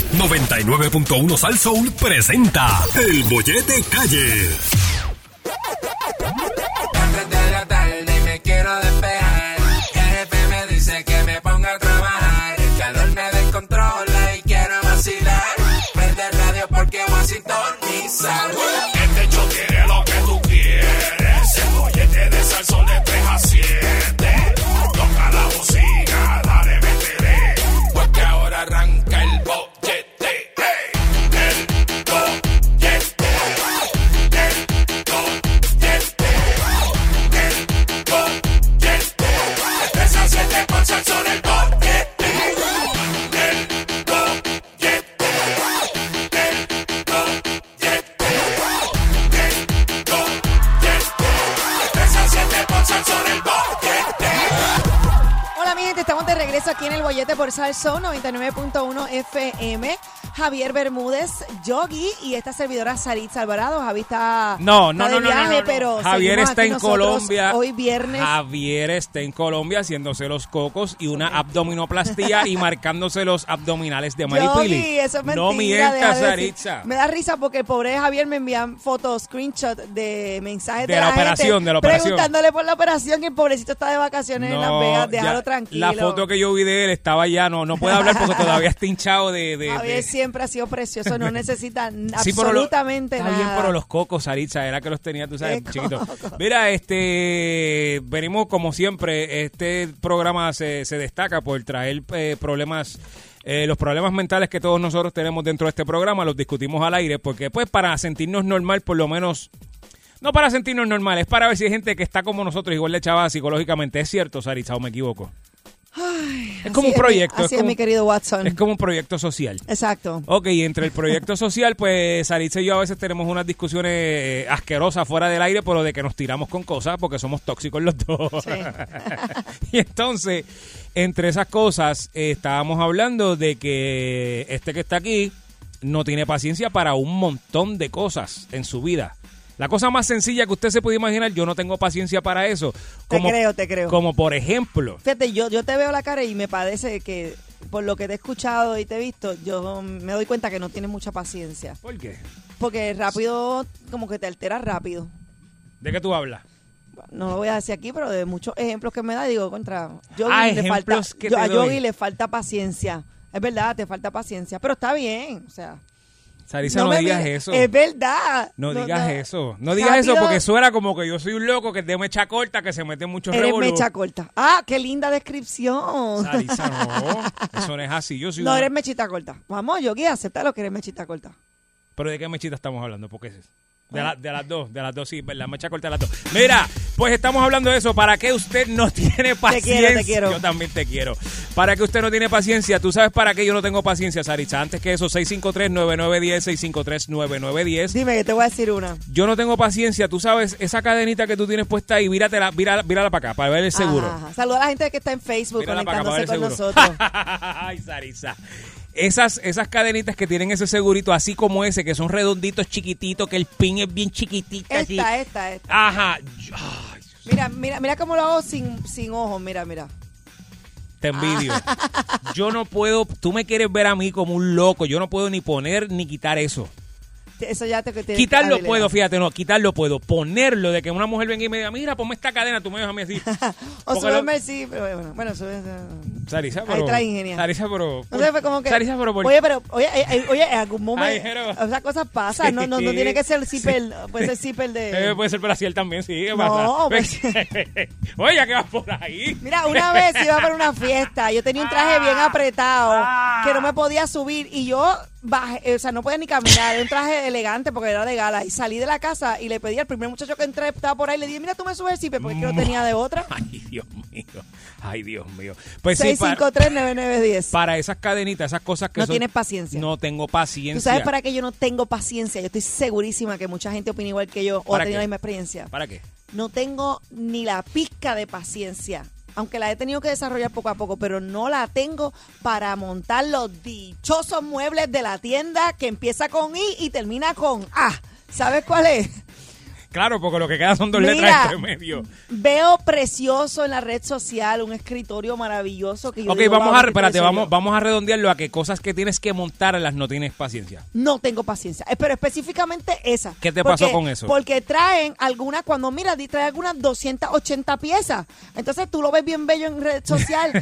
99.1 Sal Soul presenta El Bollete Calle. 3 de la tarde y me quiero despejar. El jefe me dice que me ponga a trabajar. El calor me descontrola y quiero vacilar. Prende el radio porque voy a sintonizar. Este show tiene lo que tú quieres. El Bollete de Sal Soul de 3 a 7. Toca la bocina, dale, métele. Porque ahora arranca el bollete. Estamos de regreso aquí en el Bollete por Sal Soul 99.1 FM. Javier Bermúdez, Yogi y esta servidora Saritza Alvarado. Javi está de viaje, pero Javier está en Colombia. Hoy viernes. Javier está en Colombia haciéndose los cocos y una abdominoplastía y marcándose los abdominales de Maripili. Yogi, eso es mentira. No mientas, Saritza. Me da risa porque el pobre Javier me envían fotos, screenshot de mensajes de la operación, preguntándole por la operación y el pobrecito está de vacaciones en Las Vegas. Déjalo tranquilo. La foto que yo vi de él estaba ya, no puede hablar porque todavía está hinchado Javier siempre ha sido precioso, no necesita absolutamente nada. Está bien, pero los cocos, Saritza, era que los tenía, tú sabes, chiquitos. Mira, venimos como siempre, este programa se destaca por traer problemas. Los problemas mentales que todos nosotros tenemos dentro de este programa los discutimos al aire porque pues para sentirnos normal, por lo menos, no para sentirnos normal, es para ver si hay gente que está como nosotros, igual de chavada psicológicamente. ¿Es cierto, Saritza, o me equivoco? Ay, es como un proyecto. Así es, mi querido Watson. Es como un proyecto social. Exacto. Ok, entre el proyecto social, pues Saritza y yo a veces tenemos unas discusiones asquerosas fuera del aire, pero de que nos tiramos con cosas porque somos tóxicos los dos. Sí. Y entonces, entre esas cosas, estábamos hablando de que que está aquí no tiene paciencia para un montón de cosas en su vida. La cosa más sencilla que usted se puede imaginar, yo no tengo paciencia para eso. Te creo. Como por ejemplo. Fíjate, yo te veo la cara y me parece que por lo que te he escuchado y te he visto, yo me doy cuenta que no tienes mucha paciencia. ¿Por qué? Porque rápido, como que te alteras rápido. ¿De qué tú hablas? No lo voy a decir aquí, pero de muchos ejemplos que me da, digo, a Yogi le falta paciencia. Es verdad, te falta paciencia, pero está bien, o sea. Saritza, no digas eso. Es verdad. No digas eso. No digas eso porque suena como que yo soy un loco que es de mecha corta, que se mete en muchos revolús. Eres mecha corta. Ah, qué linda descripción. Saritza, no. Eso no es así. Yo soy eres mechita corta. Vamos, Yogi, acéptalo que eres mechita corta. ¿Pero de qué mechita estamos hablando? ¿Por qué es eso? De las dos, sí, la mecha corta de las dos. Mira, pues estamos hablando de eso. ¿Para qué usted no tiene paciencia? Te quiero. Yo también te quiero. ¿Para qué usted no tiene paciencia? ¿Tú sabes para qué yo no tengo paciencia, Saritza? Antes que eso, 653-9910, 653-9910. Dime, que te voy a decir una. Yo no tengo paciencia. Tú sabes, esa cadenita que tú tienes puesta ahí, mírala para acá, para ver el seguro. Ajá. Saluda a la gente que está en Facebook mírala conectándose con nosotros. Ay, Saritza. Esas cadenitas que tienen ese segurito, así como ese, que son redonditos, chiquititos, que el pin es bien chiquitito. Esta. Ajá. Ay, mira cómo lo hago sin ojos, mira. Te envidio. Yo no puedo, tú me quieres ver a mí como un loco, yo no puedo ni poner ni quitar eso. Eso ya te quitarlo puedo, fíjate, quitarlo puedo. Ponerlo, de que una mujer venga y me diga, mira, ponme esta cadena, tú me dejas a mí así. O súbeme, sí, pero bueno, sube. Saritza, pero... Ahí trae ingenia. Saritza, pero... No sé, fue como que... Saritza, pero... Oye, en algún momento... Esas cosas pasan, no tiene que ser zipper, puede ser zipper de... puede ser Brasil también, sí, ¿qué pasa? Pues... Oye, ¿qué vas por ahí? Mira, una vez iba para una fiesta, yo tenía un traje bien apretado, que no me podía subir, y yo... bajé, o sea, no podía ni caminar, era un traje elegante porque era de gala, y salí de la casa y le pedí al primer muchacho que entré, estaba por ahí, le dije, mira, tú me subes el zipper porque no tenía de otra. Ay, Dios mío. Pues 653-9910. Para esas cadenitas, esas cosas que no tienes paciencia. No tengo paciencia. ¿Tú sabes para qué yo no tengo paciencia? Yo estoy segurísima que mucha gente opina igual que yo o ha tenido la misma experiencia. ¿Para qué? No tengo ni la pizca de paciencia. Aunque la he tenido que desarrollar poco a poco, pero no la tengo para montar los dichosos muebles de la tienda que empieza con I y termina con A. ¿Sabes cuál es? Claro, porque lo que queda son dos Mira, letras entre medio. Veo precioso en la red social un escritorio maravilloso que yo Ok, digo, vamos wow, a, qué espérate, precioso. vamos a redondearlo a que cosas que tienes que montarlas no tienes paciencia. No tengo paciencia, pero específicamente esa. ¿Qué te pasó con eso? Porque traen algunas, cuando mira, traen algunas 280 piezas. Entonces tú lo ves bien bello en red social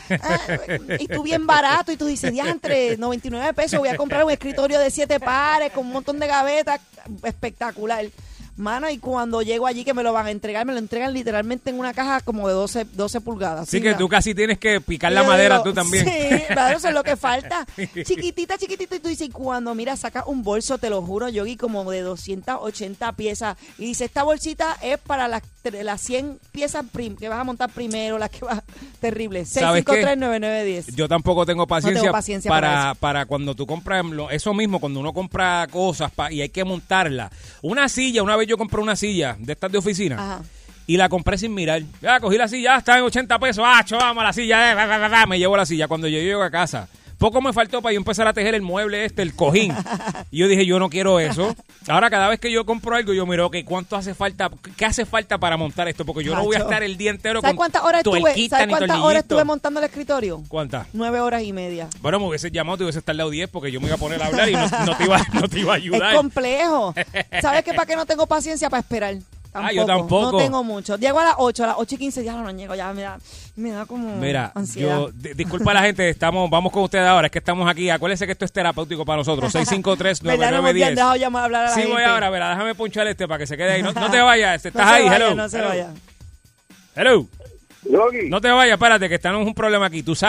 y tú bien barato y tú dices, diantre, 99 pesos, voy a comprar un escritorio de 7 pares con un montón de gavetas, espectacular. Mano, y cuando llego allí que me lo van a entregar, me lo entregan literalmente en una caja como de 12 pulgadas. Así que tú casi tienes que picar Y la yo madera digo, tú también. Sí, claro, eso es lo que falta. Chiquitita, y tú dices, y cuando mira, sacas un bolso, te lo juro, Yogi, como de 280 piezas. Y dice, esta bolsita es para las 100 piezas que vas a montar primero, las que vas... Terrible. ¿Sabes qué? 6539910. Yo tampoco tengo paciencia, paciencia para cuando tú compras eso mismo, cuando uno compra cosas y hay que montarla. Una silla, una vez yo compré una silla de estas de oficina. Ajá. Y la compré sin mirar. Ya, cogí la silla, está en 80 pesos. Vamos a la silla, me llevo la silla. Cuando yo llego a casa, poco me faltó para yo empezar a tejer el mueble el cojín. Y yo dije, yo no quiero eso. Ahora, cada vez que yo compro algo, yo miro, ok, ¿cuánto hace falta? ¿Qué hace falta para montar esto? Porque yo no voy a estar el día entero ¿Sabes con cuántas horas tuerquita ¿Sabes ni cuántas horas tornillito. estuve montando el escritorio? ¿Cuántas? 9 horas y media. Bueno, me hubiese llamado, te hubiese tardado 10 porque yo me iba a poner a hablar y no te iba a ayudar. Es complejo. ¿Sabes qué? ¿Para qué no tengo paciencia para esperar? Yo tampoco. No tengo mucho. Llego a las 8:15 ya no llego, ya me da como Mira, ansiedad. disculpa a la gente, vamos con ustedes ahora, es que estamos aquí. Acuérdense que esto es terapéutico para nosotros. 653-9910. ¿Verdad? No me habían dejado llamar a hablar a la Sí, gente. voy ahora, verá, déjame ponchar para que se quede ahí. No te vayas, estás No se ahí, vaya, hello. No se hello. vaya. Hello. Yogi, No te vayas, espérate, que tenemos un problema aquí. Tú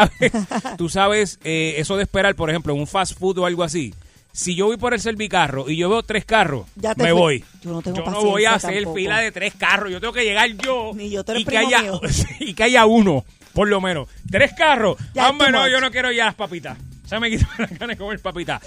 sabes eso de esperar, por ejemplo, en un fast food o algo así. Si yo voy por el servicarro y yo veo 3 carros, Ya te me fui. voy. Yo no tengo voy a paciencia hacer tampoco. fila de 3 carros. Yo tengo que llegar yo Ni yo, tú eres y que primo haya mío. y que haya uno, por lo menos. 3 carros. Ya Hombre, es too no, much. yo no quiero ya las papitas. Se me quitó la gana de comer papitas.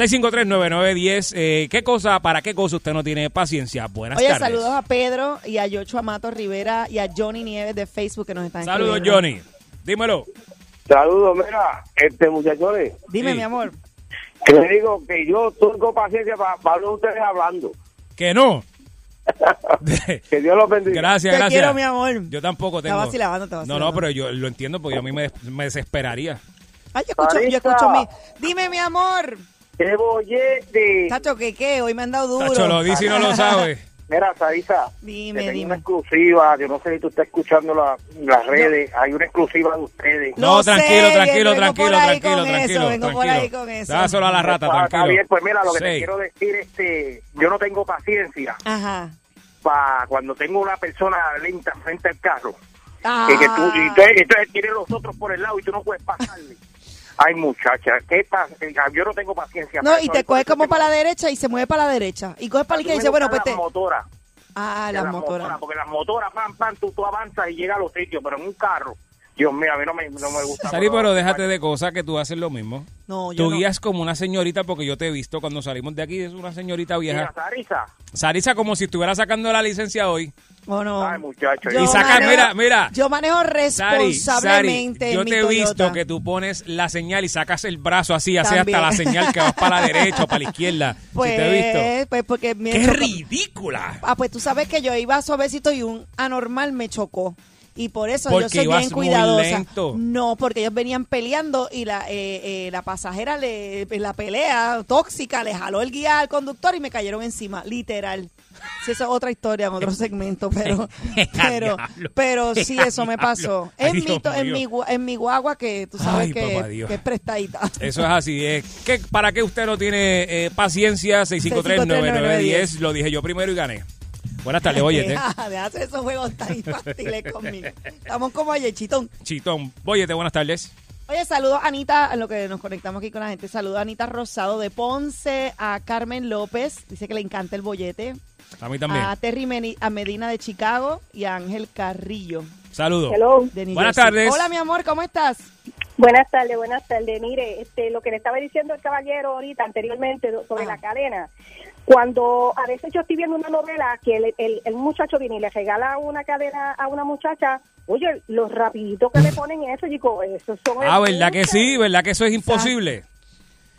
653-9910. ¿Para qué cosa usted no tiene paciencia? Buenas Oye, tardes. saludos a Pedro y a Yocho Amato Rivera y a Johnny Nieves de Facebook que nos están Saludos, escribiendo. Johnny. Dímelo. saludos, mira, muchachones, Dime, Sí. mi amor. que le digo que yo tengo paciencia para hablar ustedes hablando. Que no. Que Dios los bendiga. Gracias, Te gracias. quiero, mi amor. Yo tampoco Te tengo. vacilando, te vacilando. No, pero yo lo entiendo porque a mí me desesperaría. Ay, yo Sarita. escucho mi... Dime, mi amor. ¡Qué bollete! Tacho, ¿qué? Hoy me han dado duro. Tacho, lo dice y no lo sabe. Mira, Sarisa, Dime, que tengo dime. una exclusiva. Yo no sé si tú estás escuchando las redes. Hay una exclusiva de ustedes. No, Lo sé, tranquilo. vengo por ahí con eso, vengo por ahí con eso. Dáselo a la rata, Está tranquilo. bien, pues mira, lo que te Sí. quiero decir, yo no tengo paciencia Ajá. para cuando tengo una persona lenta frente al carro. Ah. Que tú, y entonces tiene los otros por el lado y tú no puedes pasarle. Ay, muchacha, ¿qué pasa? Yo no tengo paciencia. No, para y eso. te Por coge eso como tengo- para la derecha y se mueve para la derecha. Y coge para la izquierda y dice, bueno, pues te... Las motoras. Ah, Que las motoras. Porque las motoras, pam, tú avanzas y llegas a los sitios, pero en un carro, Dios mío, a mí no me gusta. Sari, pero déjate de cosas que tú haces lo mismo. No, yo Tú no. guías como una señorita porque yo te he visto cuando salimos de aquí, es una señorita Mira, vieja. Sarisa. Sarisa como si estuviera sacando la licencia hoy. ¿O no? Ay, muchacho. Yo Y saca, manejo- mira. Yo manejo Sari, responsablemente yo en mi te he visto Toyota. que tú pones la señal y sacas el brazo así, hace También. hasta la señal que vas para la derecha o para la izquierda. Pues, ¿Sí te he visto? pues porque... me ¡Qué chocó- ridícula! Ah, pues tú sabes que yo iba suavecito y un anormal me chocó. Y por eso Porque yo soy ibas bien muy cuidadosa. lento. No, porque ellos venían peleando y la pasajera, en la pelea tóxica, le jaló el guía al conductor y me cayeron encima, literal. Sí, eso es otra historia en otro segmento, pero sí, eso me pasó. Ay, En mi, Dios en mi guagua, que tú sabes Ay, papá Dios. que es prestadita. Eso es así. ¿Para qué usted no tiene paciencia? 653-9910. Lo dije yo primero y gané. Buenas tardes, Boyete. Deja de hacer esos juegos tan infantiles conmigo. Estamos como ayer, chitón. Chitón. Boyete, buenas tardes. Oye, saludos a Anita, en lo que nos conectamos aquí con la gente. Saludos a Anita Rosado de Ponce, a Carmen López, dice que le encanta el bollete. A mí también. A Terry a Medina de Chicago y a Ángel Carrillo Saludos. Hello. de New Buenas Jersey. tardes. Hola, mi amor, ¿cómo estás? Buenas tardes. Mire, lo que le estaba diciendo el caballero ahorita anteriormente sobre la cadena. Cuando a veces yo estoy viendo una novela que el muchacho viene y le regala una cadena a una muchacha, oye, los rapiditos que le ponen eso, digo, esos son... ¿Verdad que sí? ¿Verdad que eso es imposible?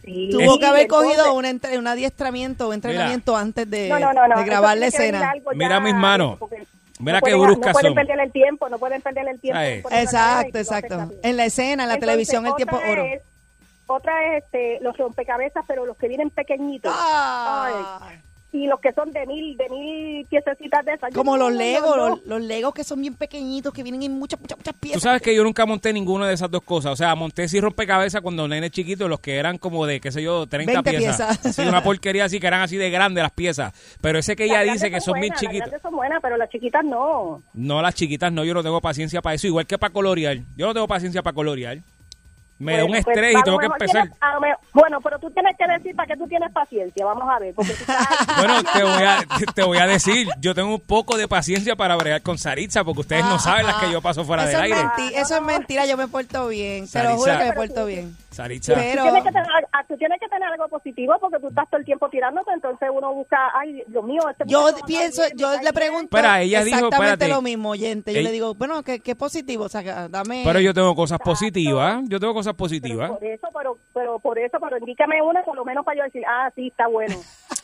Sí. Tuvo que haber Entonces, cogido un adiestramiento o entrenamiento antes de no, de grabar la eso tiene que venir escena. algo Mira ya, mis manos. porque Mira no qué pueden- bruscas no pueden son. perder el tiempo, no pueden perder el tiempo. ¿Sabes? por poner la Exacto, regla y exacto. no afecta. En la escena, en la Entonces, televisión, el tiempo otra oro. Otra es los rompecabezas, pero los que vienen pequeñitos. Ay, y los que son de mil piececitas de esas. Como Yo, los no, Legos, no, no. los Legos que son bien pequeñitos, que vienen en muchas piezas. Tú sabes que yo nunca monté ninguna de esas dos cosas. O sea, monté sí rompecabezas cuando nene chiquito, los que eran como de, qué sé yo, 30 20 piezas. piezas. Sí, una porquería así, que eran así de grandes las piezas. Pero ese que ella Las dice grandes que son bien buenas, chiquitos. Las grandes son buenas, pero las chiquitas no. No, las chiquitas no, yo no tengo paciencia para eso. Igual que para colorear. Yo no tengo paciencia para colorear. Me da un Bueno, estrés pues, y tengo a que lo mejor empezar. bueno, pero tú tienes que decir para qué tú tienes paciencia. Vamos a ver. Porque tú estás- Bueno, te voy a decir, yo tengo un poco de paciencia para bregar con Saritza, porque ustedes no saben las que yo paso fuera del eso aire. eso es mentira, yo me porto bien. Te lo Saritza. juro que me porto bien. Saritza. Pero tú tienes que tener algo positivo porque tú estás todo el tiempo tirándote, entonces uno busca, ay, Dios mío, este yo muchacho pienso, anda bien, yo me cae le bien. pregunto Espera, ella dijo, exactamente espérate. lo mismo, oyente. Yo Ey. le digo, bueno, ¿qué positivo? O sea, dame... Pero yo tengo cosas positivas. Yo tengo cosas positivas. Por eso, pero indícame una por lo menos para yo decir, sí, está bueno.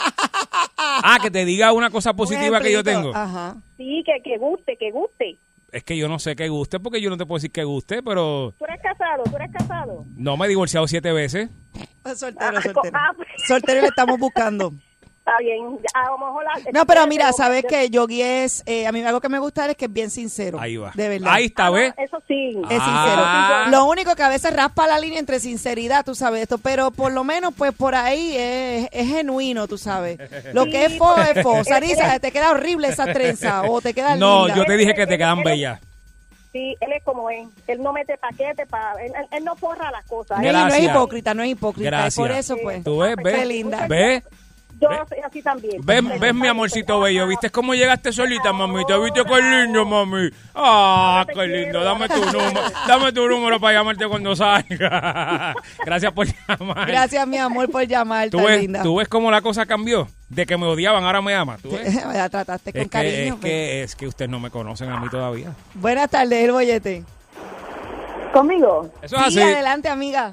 Que te diga una cosa un positiva que yo ejemplito. tengo. Ajá. Sí, que guste. Es que yo no sé qué guste, porque yo no te puedo decir que guste, pero ¿Tú eres casado? no me he divorciado 7 veces. Soltero. Pues, Soltero y le estamos buscando. está bien. A lo mejor No, pero mira, ¿sabes qué? Yogi es... a mí algo que me gusta es que es bien sincero. Ahí va. De verdad. Ahí está, ¿ves? Eso sí. Es Ah. sincero. Lo único que a veces raspa la línea entre sinceridad, tú sabes esto, pero por lo menos pues por ahí es genuino, tú sabes. Lo que es fo es fo. Sarisa, te queda horrible esa trenza o te queda No, linda. yo te dije que te quedan bellas. Sí, él es como es. Él no mete paquete, él no forra las cosas. No, y no es Gracias. hipócrita, no es hipócrita. Gracias. Y por eso pues. ¿Tú ves? Qué ¿Ves? linda. ¿Ves? Yo soy así también. ¿Ves mi amorcito bello? ¿Viste cómo llegaste solita, mamita? ¿Viste qué lindo, mami? Qué lindo. Dame tu número para llamarte cuando salga. Gracias por llamar. Gracias, mi amor, por llamar, ¿Tú tan ves, linda. ¿Tú ves cómo la cosa cambió? De que me odiaban, ahora me amas. ¿Tú ves? La trataste con cariño. pues. Es que ustedes no me conocen a mí todavía. Buenas tardes, el bollete. ¿Conmigo? Eso es Sí, así. adelante, amiga.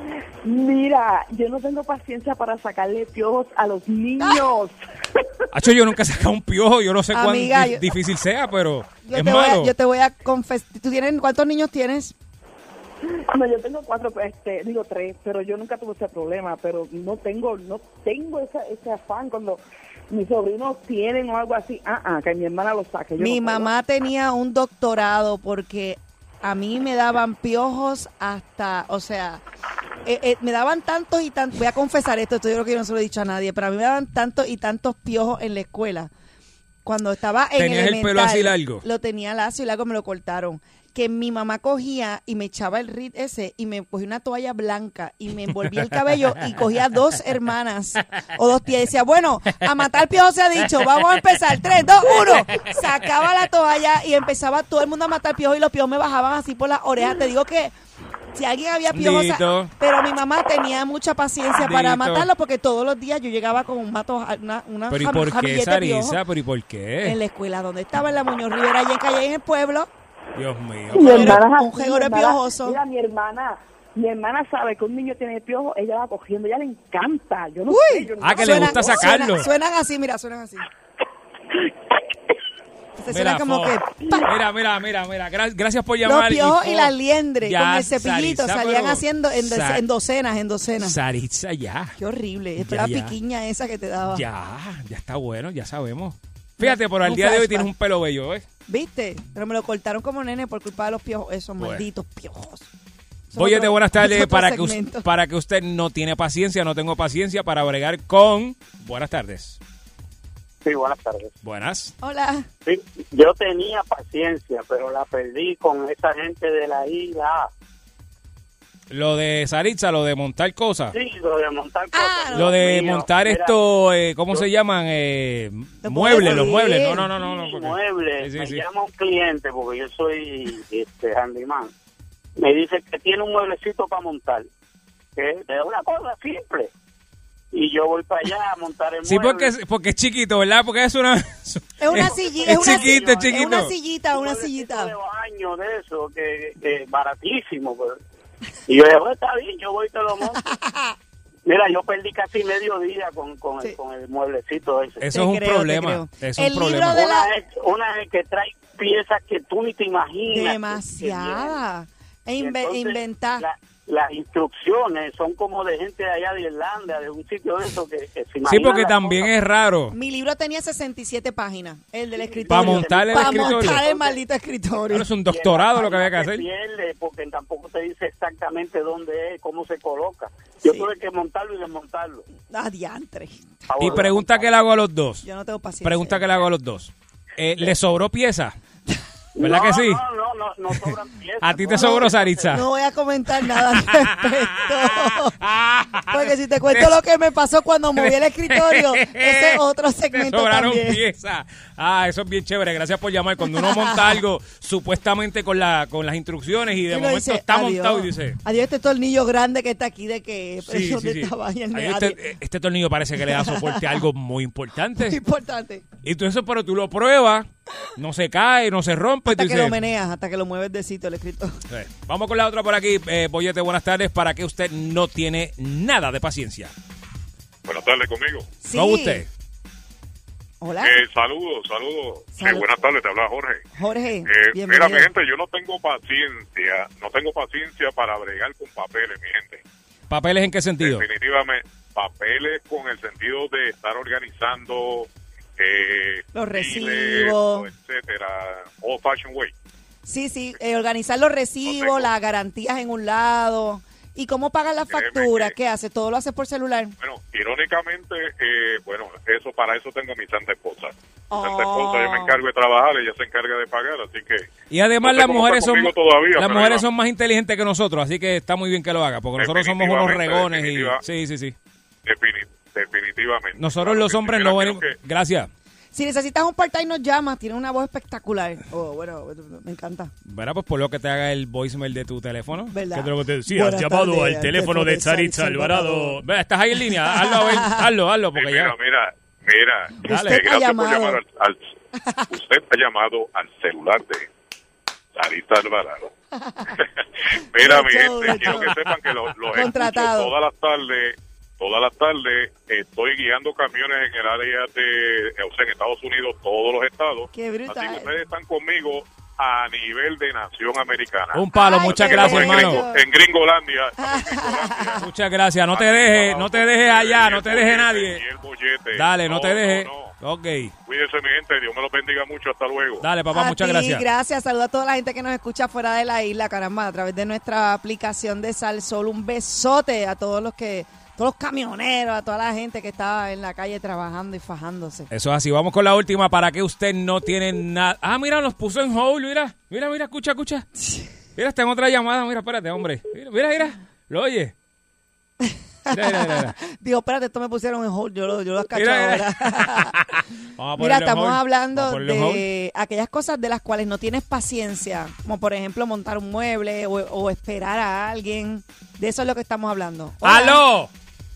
Mira, yo no tengo paciencia para sacarle piojos a los niños. Hacho, yo nunca he sacado un piojo. Yo no sé cuán Amiga, yo- difícil sea, pero Yo es te, malo. yo te voy a confesar. ¿Cuántos niños tienes? No, yo tengo 4, 3, pero yo nunca tuve ese problema, pero no tengo ese afán cuando mis sobrinos tienen o algo así, que mi hermana lo saque. Yo Mi no puedo. mamá tenía un doctorado porque a mí me daban piojos hasta, o sea, me daban tantos y tantos, voy a confesar esto yo creo que yo no se lo he dicho a nadie, pero a mí me daban tantos y tantos piojos en la escuela. Cuando estaba en ¿Tenías el elemental, pelo así largo? Lo tenía lacio y largo, me lo cortaron. Que mi mamá cogía y me echaba el rit ese y me cogía una toalla blanca y me envolvía el cabello y cogía 2 hermanas o 2 tías y decía, bueno, a matar piojos se ha dicho, vamos a empezar, 3, 2, 1. Sacaba la toalla y empezaba todo el mundo a matar piojos y los piojos me bajaban así por las orejas. Te digo que si alguien había piojos, Dito. pero mi mamá tenía mucha paciencia para Dito. matarlos porque todos los días yo llegaba con un mato, una ¿Pero y por qué, jamillete de piojos Sarisa? ¿Pero y por en qué? la escuela donde estaba, en la Muñoz Rivera, allá en Calle, en el pueblo. Dios mío. Mi hermana es un así, jegoro mi hermana- piojoso. Mira, mi hermana sabe que un niño tiene piojo, ella va cogiendo, ella le encanta. Yo no Uy. sé. Yo no Que le gusta sacarlo. Suenan así, mira, suenan así. Se suena como Fo. que... ¡pa! Mira. Gracias por Los llamar. piojos y Fo, las liendres ya, con el cepillito Sarisa, salían pero- haciendo en docenas. Saritza, ya. Qué horrible. Esto Ya, era ya. piquiña esa que te daba. Ya está bueno, ya sabemos. Fíjate, por al Un día de hoy flashback. tienes un pelo bello, ¿ves? ¿Viste? Pero me lo cortaron como nene por culpa de los piojos. Esos Bueno. malditos piojos. Eso Oye, es otro- buenas tardes. es otro Para segmento. para que usted no tiene paciencia, no tengo paciencia para bregar con... Buenas tardes. Sí, buenas tardes. Buenas. Hola. Sí, yo tenía paciencia, pero la perdí con esa gente de la isla. Lo de Saritza, lo de montar cosas. Sí, lo de montar cosas. Lo de Dios mío, montar mira, esto, ¿cómo se llaman? Muebles, los muebles. sí. No. porque- muebles. Sí, Me sí. llama un cliente, porque yo soy handyman. Me dice que tiene un mueblecito para montar. Que es una cosa simple. Y yo voy para allá a montar el Sí, mueble. porque es chiquito, ¿verdad? Porque es una... Es una sillita. Es chiquito, es Es chiquito. una sillita, Un una mueblecito sillita. de baño de eso, que baratísimo. Pues. Y yo dije, bueno, está bien, yo voy y te lo monto. Mira, yo perdí casi medio día con el mueblecito ese. Eso es un problema. Es un problema. Una es que trae piezas que tú ni te imaginas. Demasiada. Inventar. Las instrucciones son como de gente de allá de Irlanda, de un sitio de eso que se imagina. Sí, porque también es raro. Mi libro tenía 67 páginas, el del escritorio. Para montar el escritorio. Para montar el maldito escritorio. Es un doctorado lo que había que hacer. Pierde porque tampoco te dice exactamente dónde es, cómo se coloca. Yo tuve que montarlo y desmontarlo. Diantre. Y pregunta que le hago a los dos. Yo no tengo paciencia. Pregunta que le hago a los dos. ¿Le sobró pieza? ¿Verdad que sí? No sobran piezas. ¿A ti te sobró, Saritza? No voy a comentar nada al respecto. Porque si te cuento lo que me pasó cuando moví el escritorio, ese es otro segmento te sobraron también. piezas. Eso es bien chévere. Gracias por llamar. Cuando uno monta algo supuestamente con las instrucciones y de momento dice, está montado y dice... Adiós, este tornillo grande que está aquí de que... Sí. Este tornillo parece que le da soporte a algo muy importante. Muy importante. Y tú eso, pero tú lo pruebas, no se cae, no se rompe. Hasta que lo meneas, hasta que lo mueves de sitio el escritor. Vamos con la otra por aquí. Boyete, buenas tardes. ¿Para qué usted no tiene nada de paciencia? Buenas tardes conmigo. Sí. ¿Con usted? Hola. Saludos. Buenas tardes, te habla Jorge. Jorge, bienvenido. Mira, mi gente, yo no tengo paciencia para bregar con papeles, mi gente. ¿Papeles en qué sentido? Definitivamente, papeles con el sentido de estar organizando los recibos, etcétera, old fashioned way. Sí, organizar los recibos, las garantías en un lado. ¿Y cómo pagan las facturas? ¿Qué haces? ¿Todo lo haces por celular? Bueno, irónicamente, para eso tengo a mi santa esposa. Mi santa esposa, yo me encargo de trabajar, ella se encarga de pagar, así que... Y además no las mujeres son más inteligentes que nosotros, así que está muy bien que lo haga, porque nosotros somos unos regones y... Sí. Definitivamente. Nosotros los hombres no venimos... Gracias. Si necesitas un part-time, nos llamas. Tiene una voz espectacular. Bueno, me encanta. ¿Verdad? Pues por lo que te haga el voicemail de tu teléfono. ¿Verdad? Que te lo decía, has llamado al teléfono de Saritza Alvarado. ¿Estás ahí en línea? Hazlo, porque ya... Mira. Dale. Gracias por llamar usted ha llamado al celular de Saritza Alvarado. Mira, mi gente, quiero que sepan que los escucho todas las tardes estoy guiando camiones en el área en Estados Unidos, todos los estados. Qué brutal. Así que ustedes están conmigo a nivel de nación americana. Un palo, muchas gracias, hermano. En Gringolandia. Muchas gracias. No te dejes allá, no te deje nadie. Dale, no te dejes. Ok. Cuídense, mi gente. Dios me los bendiga mucho. Hasta luego. Dale, papá, muchas gracias. Gracias. Saludos a toda la gente que nos escucha fuera de la isla, caramba, a través de nuestra aplicación de Sal Sol. Un besote a todos los camioneros, a toda la gente que está en la calle trabajando y fajándose. Eso es así. Vamos con la última. ¿Para qué usted no tiene nada? Mira, nos puso en hold. Mira, escucha. Mira, está en otra llamada. Mira, espérate, hombre. Mira. ¿Lo oye? Mira. Digo, espérate, esto me pusieron en hold. Yo lo cacho Mira. ahora. Mira, estamos hablando de aquellas cosas de las cuales no tienes paciencia. Como, por ejemplo, montar un mueble o esperar a alguien. De eso es lo que estamos hablando. Hola. ¡Aló!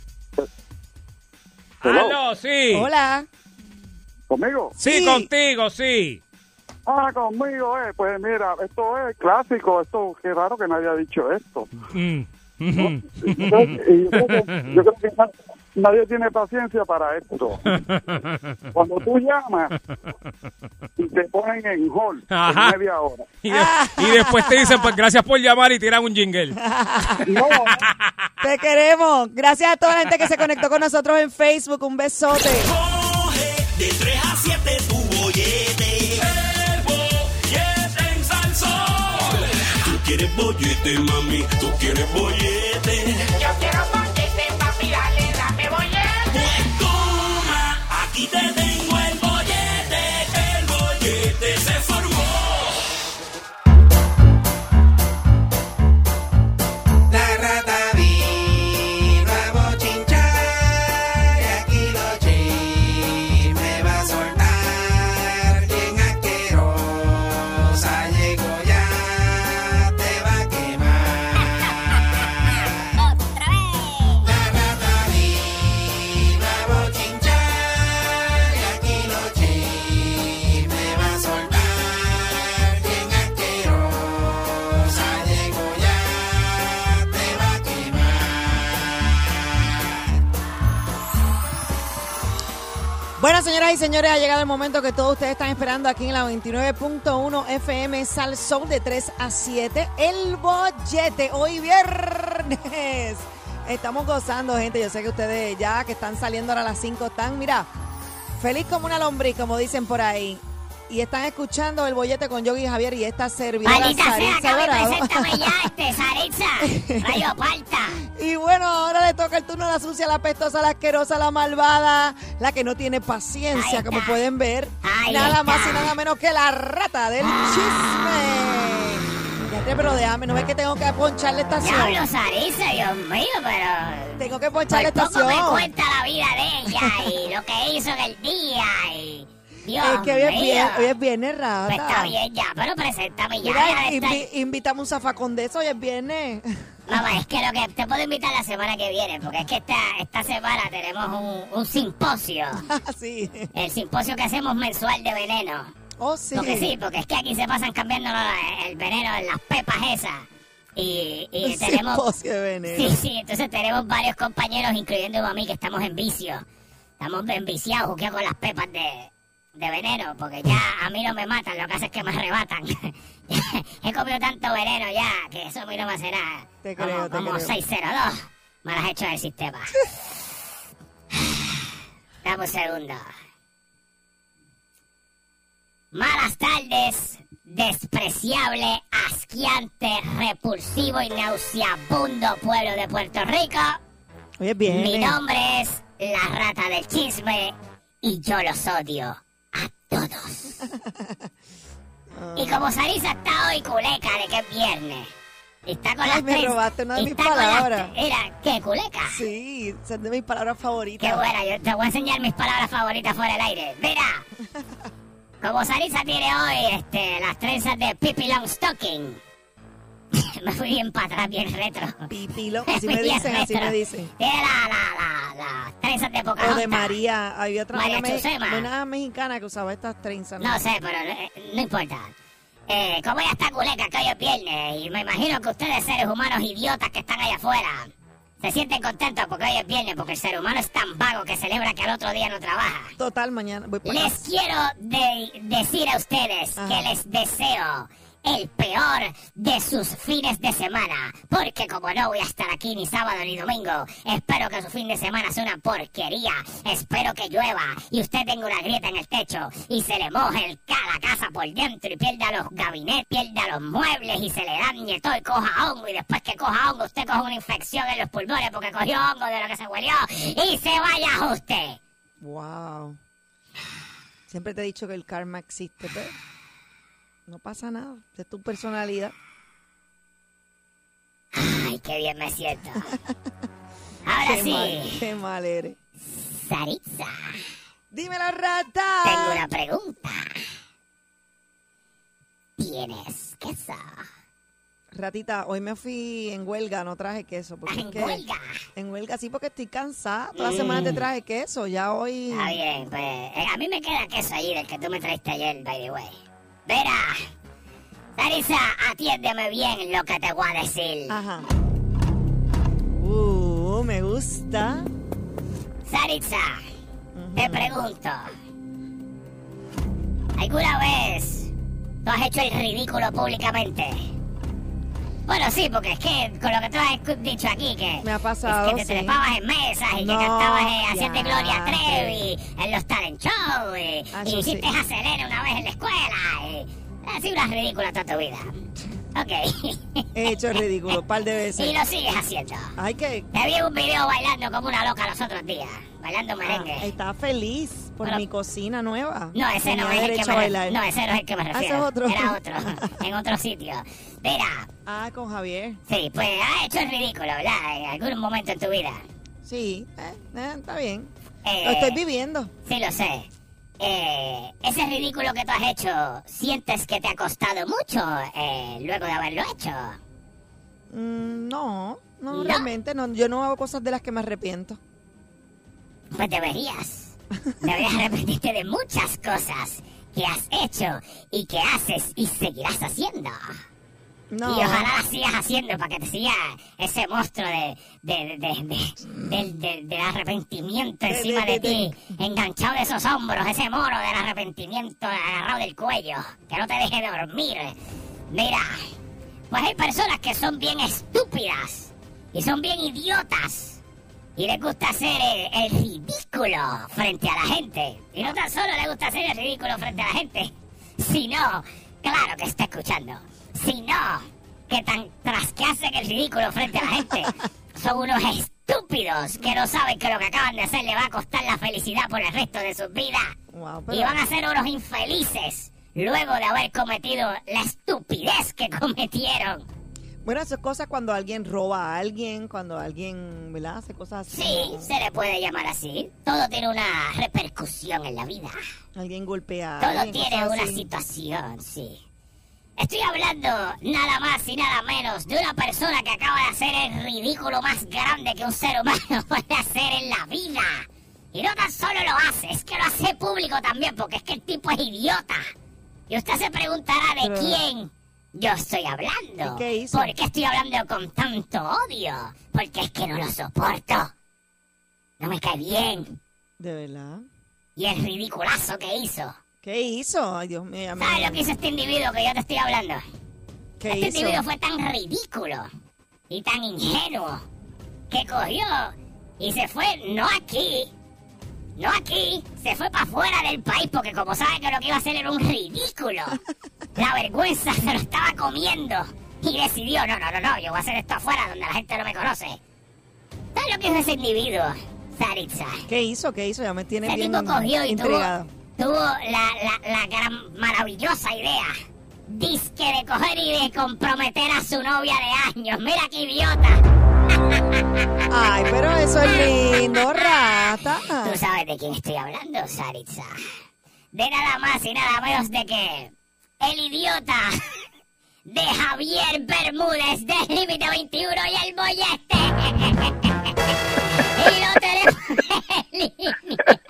¡Aló, sí! Hola. ¿Conmigo? Sí, contigo, sí. Conmigo, pues mira, esto es clásico, qué raro que nadie ha dicho esto. ¿No? Y yo creo que nadie tiene paciencia para esto. Cuando tú llamas y te ponen en hold por media hora. Y después te dicen, pues gracias por llamar y tiran un jingle. No. Te queremos. Gracias a toda la gente que se conectó con nosotros en Facebook. Un besote. Coge de 3 a 7 tu bollete. El bollete en Sal Soul. Tú quieres bollete, mami. Tú quieres bollete. Yo quiero bollete, papi. Dame bollete. Pues toma, aquí te tengo el bollete. El bollete se formó. La rata vino a bochinchar y aquí los chismes va a soltar. Bien asquerosa llegó ya, te va a quemar. Otra vez. Bueno, señoras y señores, ha llegado el momento que todos ustedes están esperando aquí en la 29.1 FM Sal Soul de 3 a 7. El Bollete, hoy viernes. Estamos gozando, gente. Yo sé que ustedes ya que están saliendo ahora a las 5 están, mira, feliz como una lombriz, como dicen por ahí. Y están escuchando El Bollete con Yogi Javier y esta servidora Maldita Saritza sea, Dorado. preséntame ya, Saritza. Rayo Palta. Y bueno, ahora le toca el turno a la sucia, la pestosa, la asquerosa, la malvada, la que no tiene paciencia, como pueden ver. Nada más y nada menos que la rata del chisme. Ya te, pero déjame, ¿no ves que tengo que ponchar la estación? Diablo, Saritza, Dios mío, pero... Tengo que ponchar la Por estación. poco me cuenta la vida de ella y lo que hizo en el día y... Dios es que hoy es viernes, rata. Pues está bien ya, pero preséntame ya. Mira, invítame un zafacón de eso, hoy es viernes. Mamá, es que lo que te puedo invitar la semana que viene, porque es que esta semana tenemos un simposio. Sí. El simposio que hacemos mensual de veneno. Oh, sí. Porque es que aquí se pasan cambiando el veneno en las pepas esas. Y un tenemos... simposio de veneno. Sí, entonces tenemos varios compañeros, incluyendo a mí, que estamos en vicio. Estamos enviciados, jugueo con las pepas de veneno, porque ya a mí no me matan, lo que hace es que me arrebatan. He comido tanto veneno ya que eso a mí no me hace nada. Te creo. 602. Me las he hecho del sistema. Dame un segundo. Malas tardes, despreciable, asqueante, repulsivo y nauseabundo pueblo de Puerto Rico. Oye, bien. Mi nombre es la rata del chisme y yo los odio a todos. Y como Sarisa está hoy culeca de que es viernes. Y está con las me tres. Robaste una de mis está con palabras. Mira, ¿qué culeca? Sí, son de mis palabras favoritas. Qué buena, yo te voy a enseñar mis palabras favoritas fuera del aire. Mira, como Sarisa tiene hoy las trenzas de Pippi Longstocking. Me fui bien para atrás, bien retro. Pipilo, así me dicen, así me dicen. Tiene las trenzas de Pocahontas. O de María, había otra María Chusema. una mexicana que usaba estas trenzas. No sé, pero no importa. Como ella está culeca, que hoy es viernes, y me imagino que ustedes, seres humanos idiotas que están allá afuera, se sienten contentos porque hoy es viernes, porque el ser humano es tan vago que celebra que al otro día no trabaja. Total, mañana voy para Les quiero decir a ustedes que les deseo el peor de sus fines de semana, porque como no voy a estar aquí ni sábado ni domingo, espero que su fin de semana sea una porquería, espero que llueva y usted tenga una grieta en el techo y se le moje la casa por dentro y pierda los gabinetes, pierda los muebles y se le dañe todo y coja hongo, y después que coja hongo usted coja una infección en los pulmones porque cogió hongo de lo que se huelió y se vaya a ajuste. Wow. Siempre te he dicho que el karma existe, pero no pasa nada, es tu personalidad. Ay, qué bien me siento. Ahora Qué mal eres. Saritza. Dime la rata. Tengo una pregunta. ¿Tienes queso? Ratita, hoy me fui en huelga, no traje queso. Porque ¿En huelga? En huelga, sí, porque estoy cansada. Toda la semana te traje queso, ya hoy... Está bien, pues a mí me queda queso ahí del que tú me trajiste ayer, by the way. Verá, Sarisa, atiéndeme bien lo que te voy a decir. Ajá. Me gusta. Sarisa, te pregunto, ¿alguna vez tú has hecho el ridículo públicamente? Bueno, sí, porque es que con lo que tú has dicho aquí, que me ha pasado, es que te trepabas en mesas y que cantabas haciendo Gloria Trevi en los talent shows y hiciste a Selena una vez en la escuela y así una ridícula toda tu vida. Ok. He hecho el ridículo un par de veces. Y lo sigues haciendo. Ay, que... Te vi en un video bailando como una loca los otros días, bailando merengue. Estaba feliz por mi cocina nueva. No, ese no es el que no, ese no es el que me refiero. ¿Ese es otro? Era otro, en otro sitio. Mira. Ah, con Javier. Sí, pues has hecho el ridículo, ¿verdad? En algún momento en tu vida. Sí, está bien. Lo estoy viviendo. Sí, lo sé. Ese ridículo que tú has hecho, ¿sientes que te ha costado mucho luego de haberlo hecho? No, realmente no. Yo no hago cosas de las que me arrepiento. Pues deberías arrepentirte de muchas cosas que has hecho y que haces y seguirás haciendo. No. Y ojalá la sigas haciendo para que te siga ese monstruo del arrepentimiento encima de ti, enganchado de esos hombros, ese moro del arrepentimiento agarrado del cuello, que no te deje dormir. Mira, pues hay personas que son bien estúpidas y son bien idiotas y les gusta hacer el ridículo frente a la gente. Y no tan solo les gusta hacer el ridículo frente a la gente, sino, claro que está escuchando, sino que tras que hacen el ridículo frente a la gente, son unos estúpidos que no saben que lo que acaban de hacer le va a costar la felicidad por el resto de sus vidas. Wow, y van a ser unos infelices luego de haber cometido la estupidez que cometieron. Bueno, eso es cosas cuando alguien roba a alguien, cuando alguien, ¿verdad? Hace cosas así. Sí, se le puede llamar así. Todo tiene una repercusión en la vida. Alguien golpea a Todo alguien, tiene una así. situación, sí. Estoy hablando nada más y nada menos de una persona que acaba de hacer el ridículo más grande que un ser humano puede hacer en la vida. Y no tan solo lo hace, es que lo hace público también, porque es que el tipo es idiota. Y usted se preguntará de quién yo estoy hablando. ¿Qué hizo? ¿Por qué estoy hablando con tanto odio? Porque es que no lo soporto. No me cae bien. ¿De verdad? Y el ridiculazo que hizo. ¿Qué hizo? Ay, Dios mío. ¿Sabes lo que hizo este individuo que yo te estoy hablando? ¿Qué Este hizo? individuo fue tan ridículo y tan ingenuo que cogió y se fue, no aquí, se fue para fuera del país porque como sabe que lo que iba a hacer era un ridículo, la vergüenza se lo estaba comiendo y decidió, no, yo voy a hacer esto afuera donde la gente no me conoce. ¿Sabes lo que hizo ese individuo, Saritza? ¿Qué hizo? Ya me tiene Ese bien tipo cogió y intrigada. tuvo la gran maravillosa idea, disque de coger y de comprometer a su novia de años. Mira qué idiota. Ay, pero eso es lindo, rata. Tú sabes de quién estoy hablando, Saritza. De nada más y nada menos de que el idiota de Javier Bermúdez del Límite 21 y el Bollete. Y lo tenemos en línea.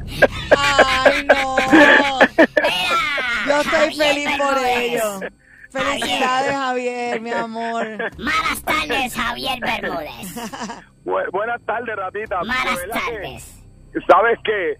Ay, no. Mira, Yo estoy Javier feliz por Bermúdez. ello. Felicidades, Javier, mi amor. Malas tardes, Javier Bermúdez. Buenas tardes, ratita. Malas De verdad tardes. que, ¿sabes qué?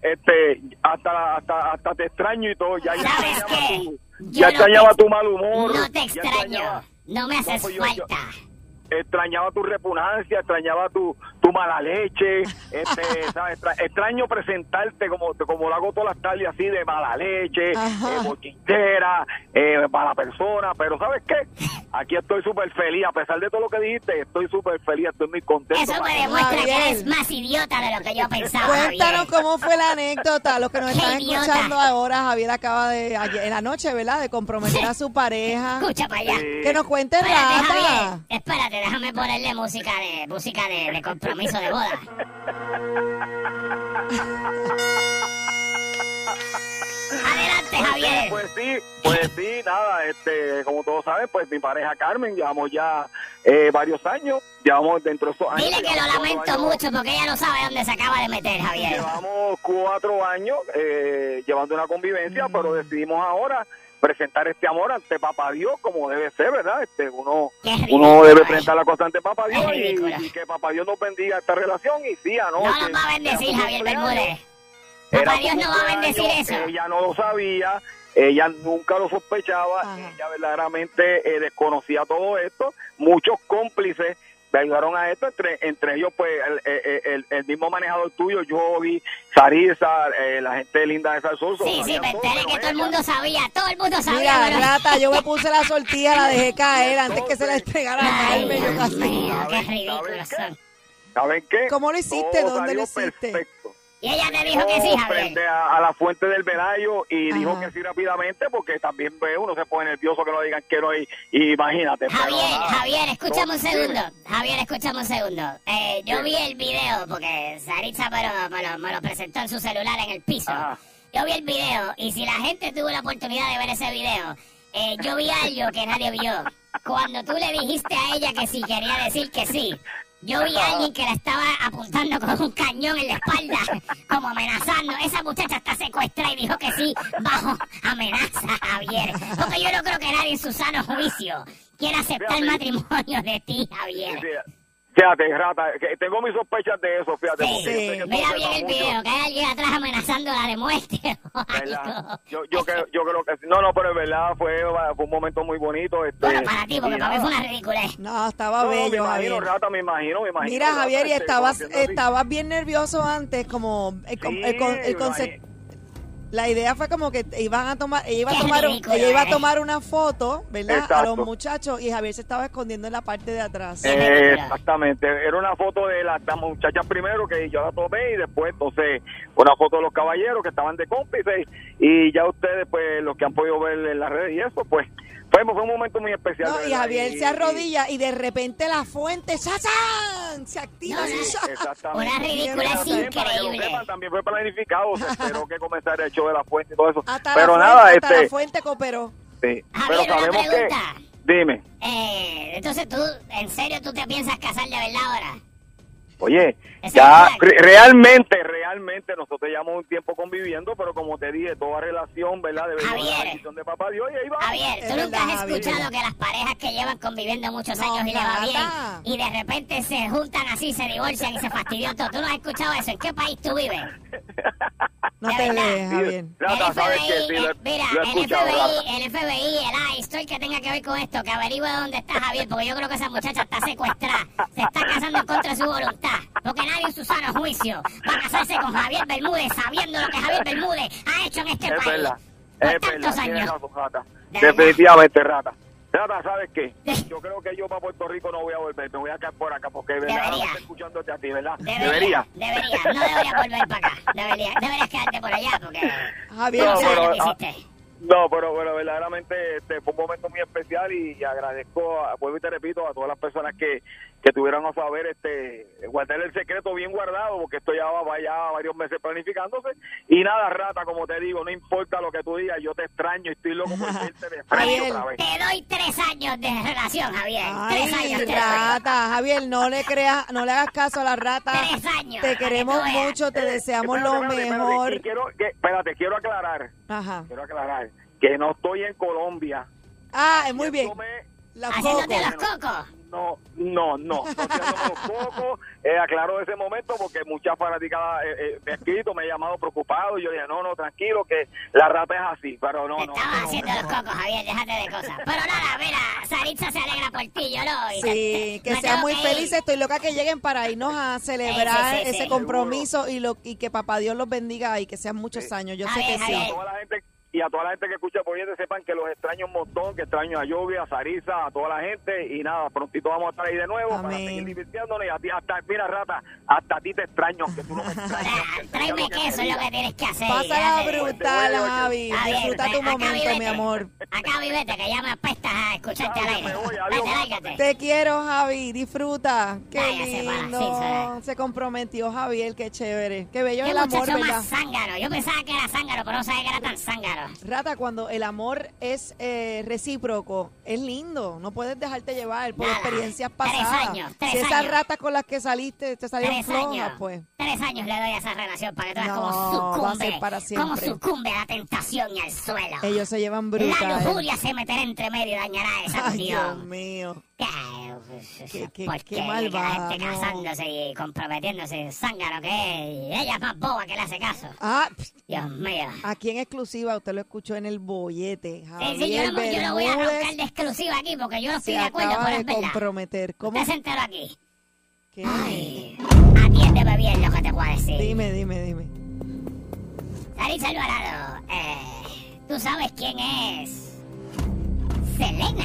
Hasta te extraño y todo. Ya ¿Sabes qué? Ya extrañaba tu mal humor. No te ya extraño. No me haces pues falta. extrañaba tu repugnancia, extrañaba tu mala leche, ¿sabes? Extraño presentarte como lo hago todas las tardes, así de mala leche, bochinchera, mala persona, pero ¿sabes qué? Aquí estoy súper feliz, a pesar de todo lo que dijiste, estoy súper feliz, estoy muy contento. Eso me demuestra que eres más idiota de lo que yo pensaba. Cuéntanos cómo fue la anécdota, los que nos Qué están idiota. escuchando ahora. Javier acaba de, ayer, en la noche, ¿verdad?, de comprometer a su pareja. Escucha para allá. Que nos cuente Espérate, rata. Javier, espérate, déjame ponerle música de compromiso de boda. Adelante, Javier. Pues sí, nada, como todos saben, pues mi pareja Carmen, llevamos ya varios años, llevamos dentro de esos años. Dile que lo lamento mucho porque ella no sabe dónde se acaba de meter, Javier. Llevamos 4 años llevando una convivencia, pero decidimos ahora presentar este amor ante Papá Dios como debe ser, ¿verdad? Uno debe presentar la cosa ante Papá Dios y que Papá Dios nos bendiga esta relación y sí, no nos va a bendecir, Javier Bermúdez. Papá Dios no va a bendecir eso. Ella no lo sabía, ella nunca lo sospechaba, ella verdaderamente desconocía todo esto. Muchos cómplices me ayudaron a esto, entre ellos pues el mismo manejador tuyo, Jovi, Sarisa, la gente linda de Salsoso. Sí, me enteré que todo el mundo sabía, Mira, pero... rata, yo me puse la sortija, la dejé caer antes que se la entregara a Carmen. Yo casi. Qué ridículos son. ¿Saben qué? ¿Cómo lo hiciste? Todo ¿Dónde lo salió hiciste? perfecto. Y ella te dijo que sí, Javier. Frente a la fuente del Velayo y dijo que sí rápidamente porque también uno se pone nervioso que no digan que no y imagínate. Javier, escúchame un segundo. Yo vi el video porque Saritza me lo presentó en su celular en el piso. Yo vi el video y si la gente tuvo la oportunidad de ver ese video, yo vi algo que nadie vio. Cuando tú le dijiste a ella que sí, quería decir que sí. Yo vi a alguien que la estaba apuntando con un cañón en la espalda, como amenazando. Esa muchacha está secuestrada y dijo que sí, bajo amenaza, Javier. Porque yo no creo que nadie en su sano juicio quiera aceptar el matrimonio de ti, Javier. Fíjate, Rata, que tengo mis sospechas de eso, fíjate. Sí, mira bien el video, que hay alguien atrás amenazándola de muerte. Yo creo que sí. No, pero es verdad, fue un momento muy bonito. Bueno, para ti, porque para mí fue una ridiculez. No, estaba bello, Javier. Rata, me imagino. Mira, Rata, Javier, y estabas bien nervioso antes, como el concepto. La idea fue como que ella iba a tomar una foto, ¿verdad? Exacto. A los muchachos, y Javier se estaba escondiendo en la parte de atrás. Exactamente. Era una foto de las muchachas primero que yo la tomé, y después entonces una foto de los caballeros que estaban de cómplices, y ya ustedes, pues, los que han podido ver en las redes y eso, pues fue un momento muy especial. No, y Javier se arrodilla y de repente la fuente ¡chachán! Se activa. Una ridícula increíble. También fue planificado, se esperó que comenzara el show de la fuente y todo eso. Hasta pero la fuente cooperó. Sí, Javier, pero sabemos que... Dime. Entonces tú, ¿en serio tú te piensas casar de verdad ahora? Oye, ya realmente nosotros llevamos un tiempo conviviendo, pero como te dije, toda relación, ¿verdad? Debe ser la decisión de papá Dios, y ahí va. Javier, ¿tú nunca has escuchado que las parejas que llevan conviviendo muchos años y le va bien, y de repente se juntan así, se divorcian y se fastidió todo? ¿Tú no has escuchado eso? ¿En qué país tú vives? No te lees, Javier. Mira, el FBI, el ICE, todo el que tenga que ver con esto, que averigüe dónde está Javier, porque yo creo que esa muchacha está secuestrada, se está casando en contra de su voluntad, porque nadie en su sano juicio va a casarse con Javier Bermúdez sabiendo lo que Javier Bermúdez ha hecho en este país. Es verdad, definitivamente, Rata. Rata, ¿sabes qué? Yo creo que yo para Puerto Rico no voy a volver, me voy a quedar por acá, porque verdad no estoy escuchándote a ti, ¿verdad? Debería, no deberías volver para acá, deberías quedarte por allá, porque Javier, no sabes lo que hiciste. No, pero verdaderamente fue un momento muy especial, y agradezco, vuelvo y te repito, a todas las personas que tuvieron a saber guardar el secreto bien guardado, porque esto ya va varios meses planificándose. Y nada, Rata, como te digo, no importa lo que tú digas, yo te extraño y estoy loco por verte de frente otra vez. Te doy 3 años de relación, Javier. 3 años. Rata, Javier, no le hagas caso a la Rata. 3 años. Te queremos mucho, te deseamos lo mejor. Espérate, quiero aclarar. Ajá. Quiero aclarar que no estoy en Colombia. Muy bien. ¿Haciéndote los cocos? No, haciéndome los cocos. Aclaro ese momento porque muchas fanáticas me han escrito, me han llamado preocupado, y yo dije, no, tranquilo, que la Rata es así, pero no. Estabas haciendo los cocos, Javier, déjate de cosas. Pero nada, mira, Saritza se alegra por ti, yo no. Sí, que sean muy felices, estoy loca que lleguen para irnos a celebrar ese compromiso, y que papá Dios los bendiga y que sean muchos años, yo sé que sí. Y a toda la gente que escucha Bollete, sepan que los extraño un montón, que extraño a Yogi, a Sarisa, a toda la gente, y nada, prontito vamos a estar ahí de nuevo. Amén. Para seguir divirtiéndonos, y a ti, mira, Rata, hasta a ti te extraño, que tú no me extrañas. Tráeme queso, es lo que tienes que hacer. Pásala brutal, Javi, disfruta tu momento, mi amor. Acá vivete, que ya me apestas a escucharte al aire. Lárgate. Te quiero, Javi, disfruta. Qué lindo. Se comprometió Javier, qué chévere. Qué bello el amor, ¿verdad? Más zángaro. Yo pensaba que era zángaro, pero no sabía que era tan zángaro. Rata, cuando el amor es recíproco, es lindo. No puedes dejarte llevar por experiencias pasadas. 3 años. Si esas ratas con las que saliste te salieron flojas, pues. 3 años le doy a esa relación para que tú veas cómo sucumbe a la tentación y al suelo. Ellos se llevan brutal. La lujuria se meterá entre medio y dañará esa unión. Dios mío. Qué malvada, la gente casándose y comprometiéndose, zángaro que es. Ella es más boba que le hace caso. Dios mío. Aquí en exclusiva, usted lo escuchó en el Bollete. Sí, yo no voy a roncar de exclusiva aquí porque yo no estoy de acuerdo, pero es verdad. Comprometer. ¿Cómo? ¿Usted se enteró aquí? ¿Qué? Ay, atiéndeme bien lo que te voy a decir. Dime. Saritza Alvarado, ¿tú sabes quién es Selena?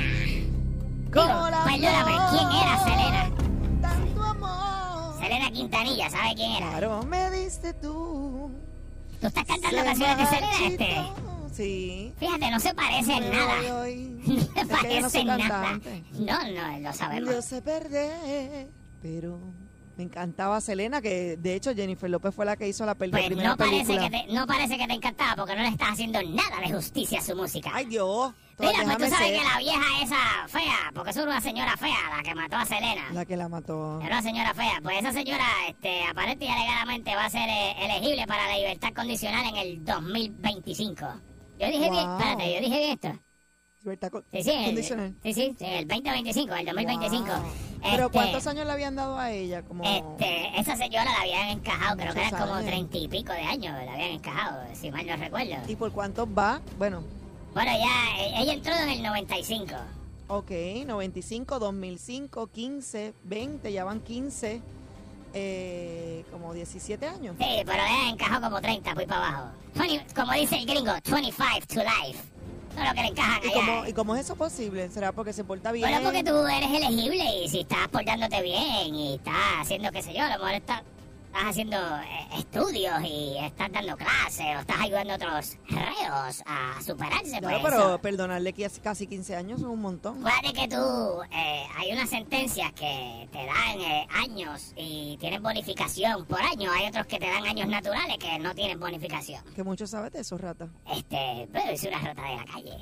Perdóname, ¿quién era Selena? Tanto amor. Selena Quintanilla, ¿sabe quién era? Claro, me diste tú. ¿Tú estás cantando canciones de Selena Sí. Fíjate, no se parece en nada. No se parece en nada. No, lo sabemos. Yo sé perder, pero Me encantaba Selena, que de hecho Jennifer López fue la que hizo la primera no película. no parece que te encantaba porque no le estás haciendo nada de justicia a su música. Ay, Dios. Mira, pues tú sabes que la vieja esa fea, porque es una señora fea la que mató a Selena. La que la mató. Era una señora fea. Pues esa señora, aparente y alegadamente va a ser elegible para la libertad condicional en el 2025. Yo dije bien, espérate, yo dije bien esto. Libertad condicional. Sí, el 2025, el 2025. Wow. ¿Pero cuántos años le habían dado a ella? Como... esa señora la habían encajado, creo que eran como 30 y pico de años, la habían encajado, si mal no recuerdo. ¿Y por cuántos va? Bueno, ya, ella entró en el 95. Ok, 95, 2005, 15, 20, ya van 15, como 17 años. Sí, pero ella encajó como 30, muy para abajo. 20, como dice el gringo, 25 to life. Todo lo que le encajan allá. ¿Y cómo es eso posible? ¿Será porque se porta bien? Bueno, porque tú eres elegible y si estás portándote bien y estás haciendo, qué sé yo, a lo mejor estás haciendo estudios y estás dando clases o estás ayudando a otros reos a superarse. No, pues pero eso. perdonarle casi 15 años es un montón. Fíjate que tú, hay unas sentencias que te dan años y tienes bonificación por año. Hay otros que te dan años naturales que no tienen bonificación. Que mucho sabes de eso, rata. Pero es una rata de la calle.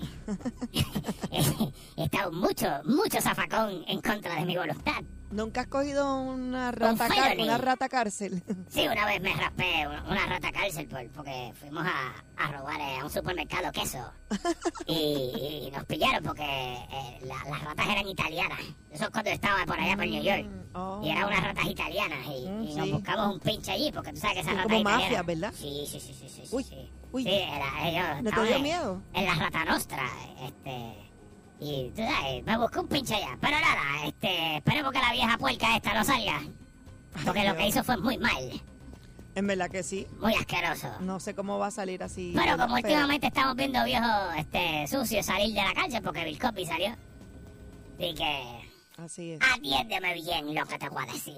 He estado mucho zafacón en contra de mi voluntad. ¿Nunca has cogido una rata cárcel? Sí, una vez me raspé una rata cárcel porque fuimos a robar a un supermercado queso. Y nos pillaron porque las ratas eran italianas. Eso es cuando estaba por allá por New York. Y eran unas ratas italianas. Y nos buscamos un pinche allí porque tú sabes que esas ratas como italianas... mafia, ¿verdad? Sí. Uy. Sí, ellos ¿No te dio miedo? En la Rata Nostra, y tú sabes, me busqué un pinche allá. Pero nada, esperemos que la vieja puerca esta no salga. Porque lo que hizo fue muy mal. En verdad que sí. Muy asqueroso. No sé cómo va a salir así. Pero como últimamente estamos viendo viejos sucios salir de la cárcel porque Bill Cosby salió. Así que... Así es. Atiéndeme bien lo que te voy a decir.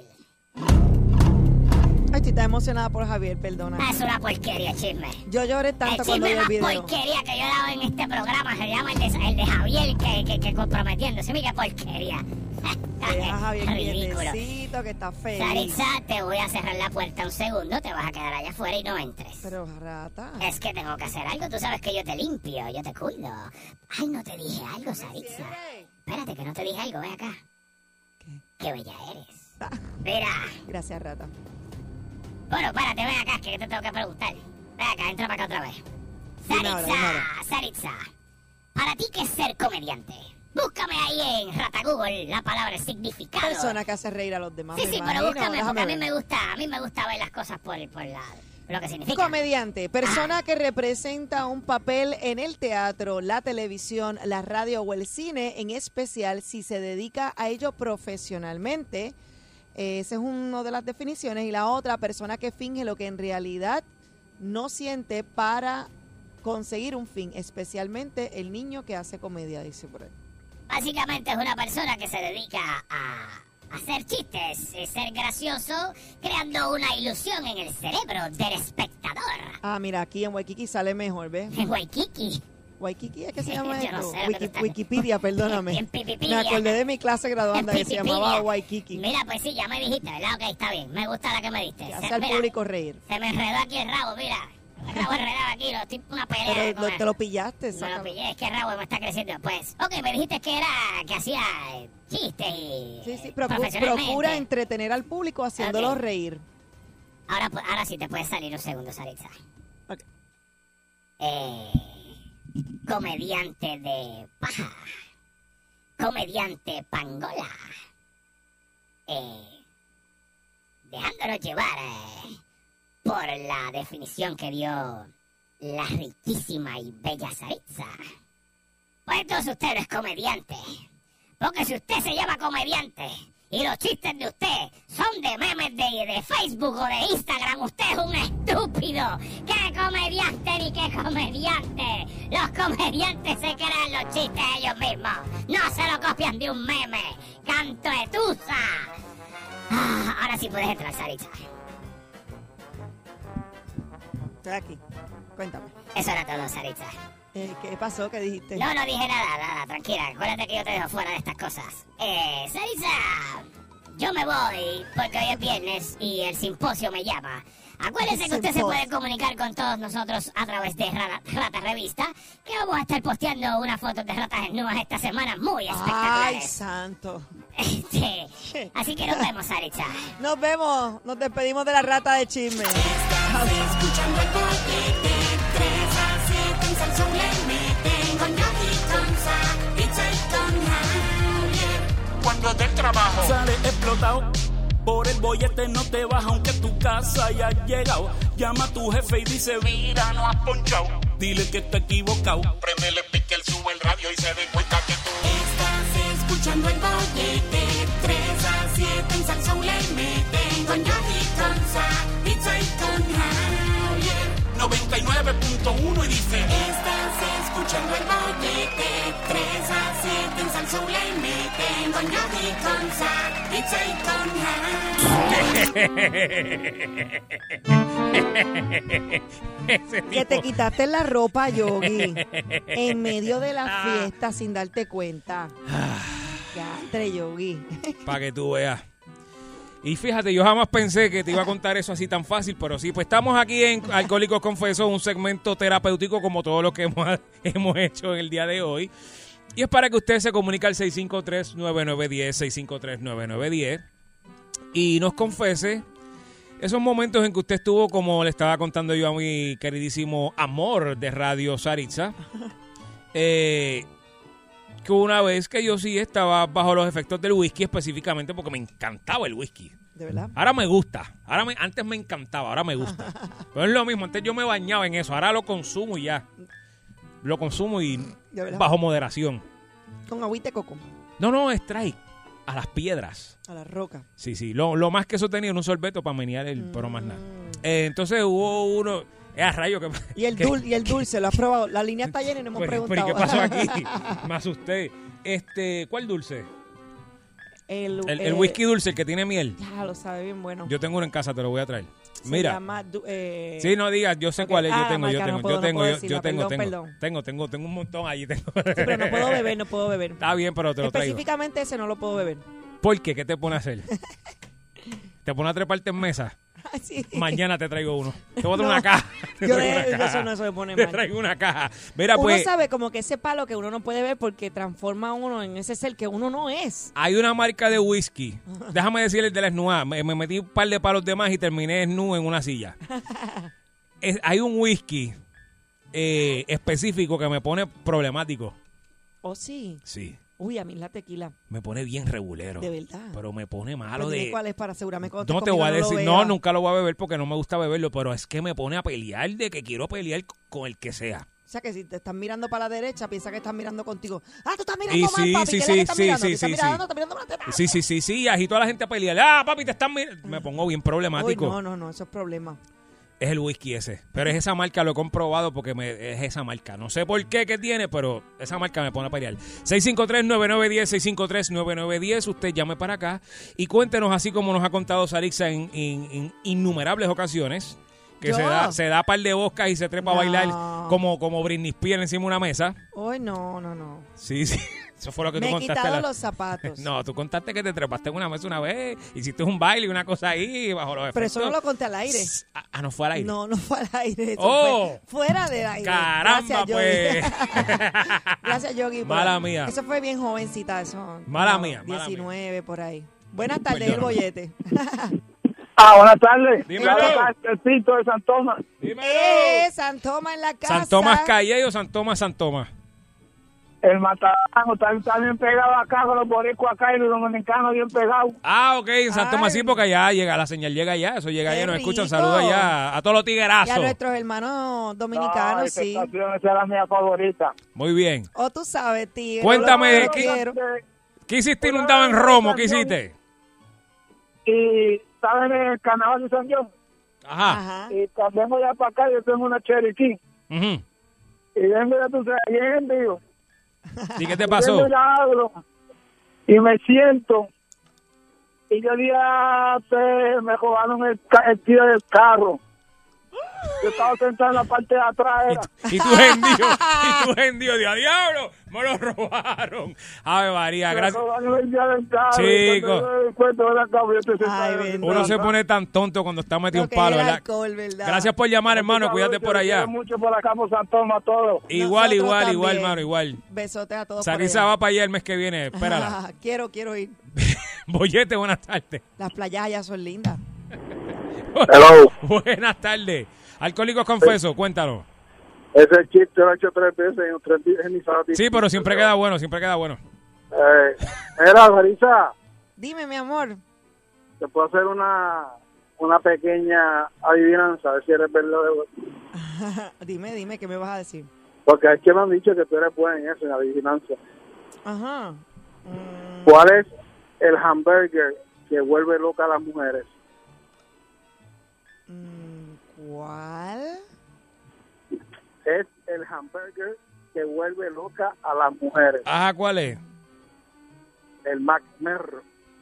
Ay, estoy tan emocionada por Javier, perdona. Es una porquería, chisme. Yo lloré tanto cuando vi el video. El porquería que yo he dado en este programa se llama el de Javier que comprometiéndose. Mira qué porquería. Deja Javier ridículo. Quietecito, que está feliz. Saritza, te voy a cerrar la puerta un segundo, te vas a quedar allá afuera y no entres. Pero, rata. Es que tengo que hacer algo, tú sabes que yo te limpio, yo te cuido. Ay, no te dije algo, Saritza. Espérate, que no te dije algo, ven acá. Qué bella eres. Mira. Gracias, rata. Bueno, párate, ven acá, que te tengo que preguntar. Ven acá, entra para acá otra vez. Saritza, ¿para ti qué es ser comediante? Búscame ahí en Rata Google la palabra significado. Persona que hace reír a los demás. Sí, pero búscame, porque a mí me gusta ver las cosas por lo que significa. Comediante, persona que representa un papel en el teatro, la televisión, la radio o el cine, en especial si se dedica a ello profesionalmente. Esa es una de las definiciones. Y la otra, persona que finge lo que en realidad no siente para conseguir un fin, especialmente el niño que hace comedia, dice por ahí. Básicamente es una persona que se dedica a hacer chistes y ser gracioso, creando una ilusión en el cerebro del espectador. Ah, mira, aquí en Waikiki sale mejor, ¿ves? En Waikiki. ¿Waikiki es que se llama Yo no esto? sé Wikipedia, perdóname. En Pipipedia. Me acordé de mi clase graduanda que se llamaba Waikiki. Mira, pues sí, ya me dijiste, ¿verdad? Ok, está bien. Me gusta la que me diste. Que hace al público reír. Se me enredó aquí el rabo, mira. El rabo enredado aquí, lo estoy una pelea. Pero te lo pillaste, me lo pillé, es que el rabo me está creciendo. Pues, ok, me dijiste que hacía chistes y... Sí, procura entretener al público haciéndolo reír. Ahora sí te puedes salir un segundo, Saritza. Ok. Comediante de paja, comediante pangola, dejándonos llevar por la definición que dio la riquísima y bella Saritza. Pues entonces usted no es comediante, porque si usted se llama comediante y los chistes de usted son de memes de Facebook o de Instagram, usted es un estúpido. ¿Qué comediante ni qué comediante? Los comediantes se crean los chistes ellos mismos. No se lo copian de un meme. ¡Canto de tusa! Ahora sí puedes entrar, Saritza. Estoy aquí. Cuéntame. Eso era todo, Saritza. ¿Qué pasó? ¿Qué dijiste? No dije nada, tranquila. Acuérdate que yo te dejo fuera de estas cosas. Saritza, yo me voy porque hoy es viernes y el simposio me llama. Acuérdense que usted se puede comunicar con todos nosotros a través de Rata Revista, que vamos a estar posteando unas fotos de ratas desnudas esta semana muy espectaculares. ¡Ay, santo! Así que nos vemos, Saritza. Nos vemos, nos despedimos de la rata de chisme. Estás escuchando el bollete, 3 a 7 en Salsón le meten con Yogi, con Sa, Pizza y con Javier. Cuando del trabajo sale explotado, por el bollete no te baja aunque tu casa haya llegado. Llama a tu jefe y dice, mira, no has ponchado. Dile que está equivocado. Préndele pique, él sube el radio y se dé cuenta que tú estás escuchando el bollete, 3 a 7 en Salsón le meten con Yogi, con Sa, Pizza y con Javier. 99.1 y dice, estás escuchando el bollete, 3 a 7 en Salsón le meten con Yogi, con Sa, Pizza y con Que te quitaste la ropa, Yogi, en medio de la fiesta sin darte cuenta. Ya, Yogi. Para que tú veas. Y fíjate, yo jamás pensé que te iba a contar eso así tan fácil, pero sí, pues estamos aquí en Alcohólicos Confesos, un segmento terapéutico como todo lo que hemos hecho en el día de hoy. Y es para que usted se comunique al 653-9910, 653-9910 y nos confese esos momentos en que usted estuvo, como le estaba contando yo a mi queridísimo amor de Radio Saritza, que una vez que yo sí estaba bajo los efectos del whisky, específicamente porque me encantaba el whisky. ¿De verdad? Ahora me gusta. Antes me encantaba, ahora me gusta. Pero es lo mismo, antes yo me bañaba en eso, ahora lo consumo y ya. Lo consumo y bajo moderación. ¿Con agüita de coco? No, strike. A las piedras. A las rocas. Sí. Lo más que eso tenía en un sorbeto para menear pero más nada. Entonces hubo uno... a rayo que... ¿Y el dulce? ¿Lo has probado? La línea está llena y no hemos preguntado. ¿Pero qué pasó aquí? Me asusté. ¿Cuál dulce? El whisky dulce, el que tiene miel. Ya, lo sabe bien bueno. Yo tengo uno en casa, te lo voy a traer. Mira. Se llama, sí, no digas, yo sé cuál es. Yo tengo un montón allí. Sí, pero no puedo beber. Está bien, pero te lo traigo. Específicamente ese no lo puedo beber. ¿Por qué? ¿Qué te pone a hacer? ¿Te pone a treparte en mesa? Sí. Mañana te traigo uno. Te voy a traer una caja. Eso no se pone mal. Te traigo una caja. Mira, uno sabe como que ese palo que uno no puede ver porque transforma a uno en ese ser que uno no es. Hay una marca de whisky. Déjame decirles de la esnúa. Me metí un par de palos de más y terminé desnudo en una silla. Hay un whisky específico que me pone problemático. ¿Oh, sí? Sí. Uy, a mí la tequila. Me pone bien regulero. De verdad. Pero me pone malo de... ¿Cuál es para asegurarme cuando no te voy a decir, nunca lo voy a beber porque no me gusta beberlo, pero es que me pone a pelear de que quiero pelear con el que sea. O sea, que si te están mirando para la derecha, piensa que están mirando contigo. ¡Ah, tú estás mirando mal, papi! ¿Qué es lo que estás mirando? ¿Estás mirando para atrás? Sí, agito a la gente a pelear. ¡Ah, papi, te están mirando! Me pongo bien problemático. Uy, no, eso es problema. Es el whisky ese. Pero es esa marca, lo he comprobado porque es esa marca. No sé por qué que tiene, pero esa marca me pone a pelear. 653-9910, 653-9910. Usted llame para acá y cuéntenos, así como nos ha contado Saritza en innumerables ocasiones, que se da par de boscas y se trepa a bailar como Britney Spears encima de una mesa. Uy, no. Sí. Eso fue lo que tú contaste. Me he quitado los zapatos. No, tú contaste que te trepaste en una mesa una vez, hiciste un baile y una cosa ahí bajo los efectos. Pero eso no lo conté al aire. ¿No fue al aire? No fue al aire. Eso fue fuera del aire. Caramba, gracias, Gracias, Yogi. Mala mía. Eso fue bien jovencita, eso. Mala mía. 19 por ahí. Buenas tardes, el bollete. Buenas tardes. Dímelo. El Pito de San Tomás. Dímelo. San Tomás en la casa. ¿San Tomás Calle o San Tomás? El Matarango está bien pegado acá, con los boricuas acá y los dominicanos bien pegados. Ok, en San Tomás sí, porque allá llega, la señal llega allá, eso llega allá, nos escuchan, saludos allá a todos los tiguerazos. Y a nuestros hermanos dominicanos, sí. Esa es la mía favorita. Muy bien. O tú sabes, tigre. Cuéntame, ¿qué hiciste inundado en Romo? ¿Qué hiciste? Y estaba en el carnaval de San John. Ajá. Y cuando vengo ya para acá, yo tengo una Cherokee. Y vengo ya tú sabes, bien, digo. ¿Y qué te pasó? Y me siento y yo día me robaron el tío del carro. Yo estaba sentado en la parte de atrás. Era. Y tú gendió, Dios, diablo, me lo robaron. Ave María, gracias. Chicos, uno se pone tan tonto cuando está metido en palo, ¿verdad? Alcohol, ¿verdad? Gracias por llamar, hermano, cuídate por allá. Mucho por acá, por San Tomás, todo. Igual, hermano, igual. Besotes a todos. Sarisa va para allá el mes que viene, espérala. Quiero ir. Bollete, buenas tardes. Las playas allá son lindas. Hello. Buenas tardes. Alcohólicos Confesos, cuéntanos. Ese chiste lo he hecho 3 veces en 3 días en mi sala. Sí, pero siempre queda bueno. Era, Marisa. Dime, mi amor. ¿Te puedo hacer una pequeña adivinanza? A ver si eres verdadero. Dime, ¿qué me vas a decir? Porque es que me han dicho que tú eres buena en eso, en adivinanza. Ajá. ¿Cuál es el hamburger que vuelve loca a las mujeres? ¿Cuál? Es el hamburger que vuelve loca a las mujeres. Ajá, ¿cuál es? El McMerro.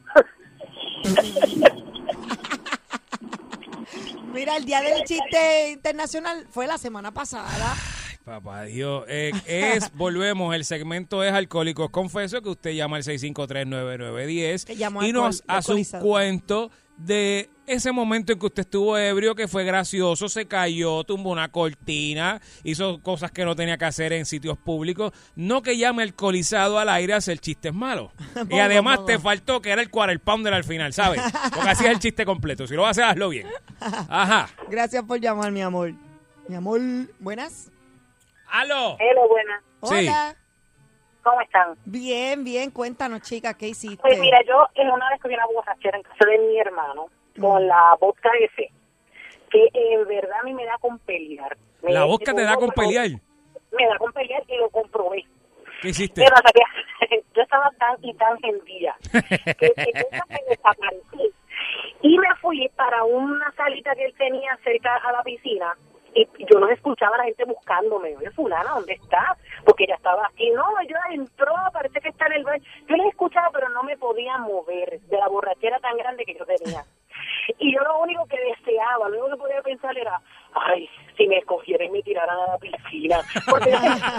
Mira, el día del chiste internacional fue la semana pasada. Papá Dios, volvemos, el segmento es Alcohólicos Confesos, que usted llama al 653-9910 y nos hace un cuento de ese momento en que usted estuvo ebrio, que fue gracioso, se cayó, tumbó una cortina, hizo cosas que no tenía que hacer en sitios públicos. No que llame alcoholizado al aire a hacer chistes malos. Y además te faltó que era el quarter pounder al final, ¿sabes? Porque así es el chiste completo. Si lo vas a hacer, hazlo bien. Ajá. Gracias por llamar, mi amor. Mi amor, ¿buenas? ¡Aló! Hello, buenas. Hola. Sí. ¿Cómo están? Bien. Cuéntanos, chica, ¿qué hiciste? Pues mira, yo una vez que vi una borrachera en casa de mi hermano con la vodka F, que en verdad a mí me da con pelear. ¿La vodka te da con pelear? Me da con pelear y lo comprobé. ¿Qué hiciste? Pero, yo estaba tan gendía que me desaparecí. Y me fui para una salita que él tenía cerca a la piscina. Y yo no escuchaba a la gente buscándome. Oye, fulana, ¿dónde está? Porque ella estaba aquí. No, ella entró, parece que está en el baño. Yo la escuchaba, pero no me podía mover de la borrachera tan grande que yo tenía. Y yo lo único que deseaba, lo único que podía pensar era, ay, si me escogieran y me tiraran a la piscina. Porque...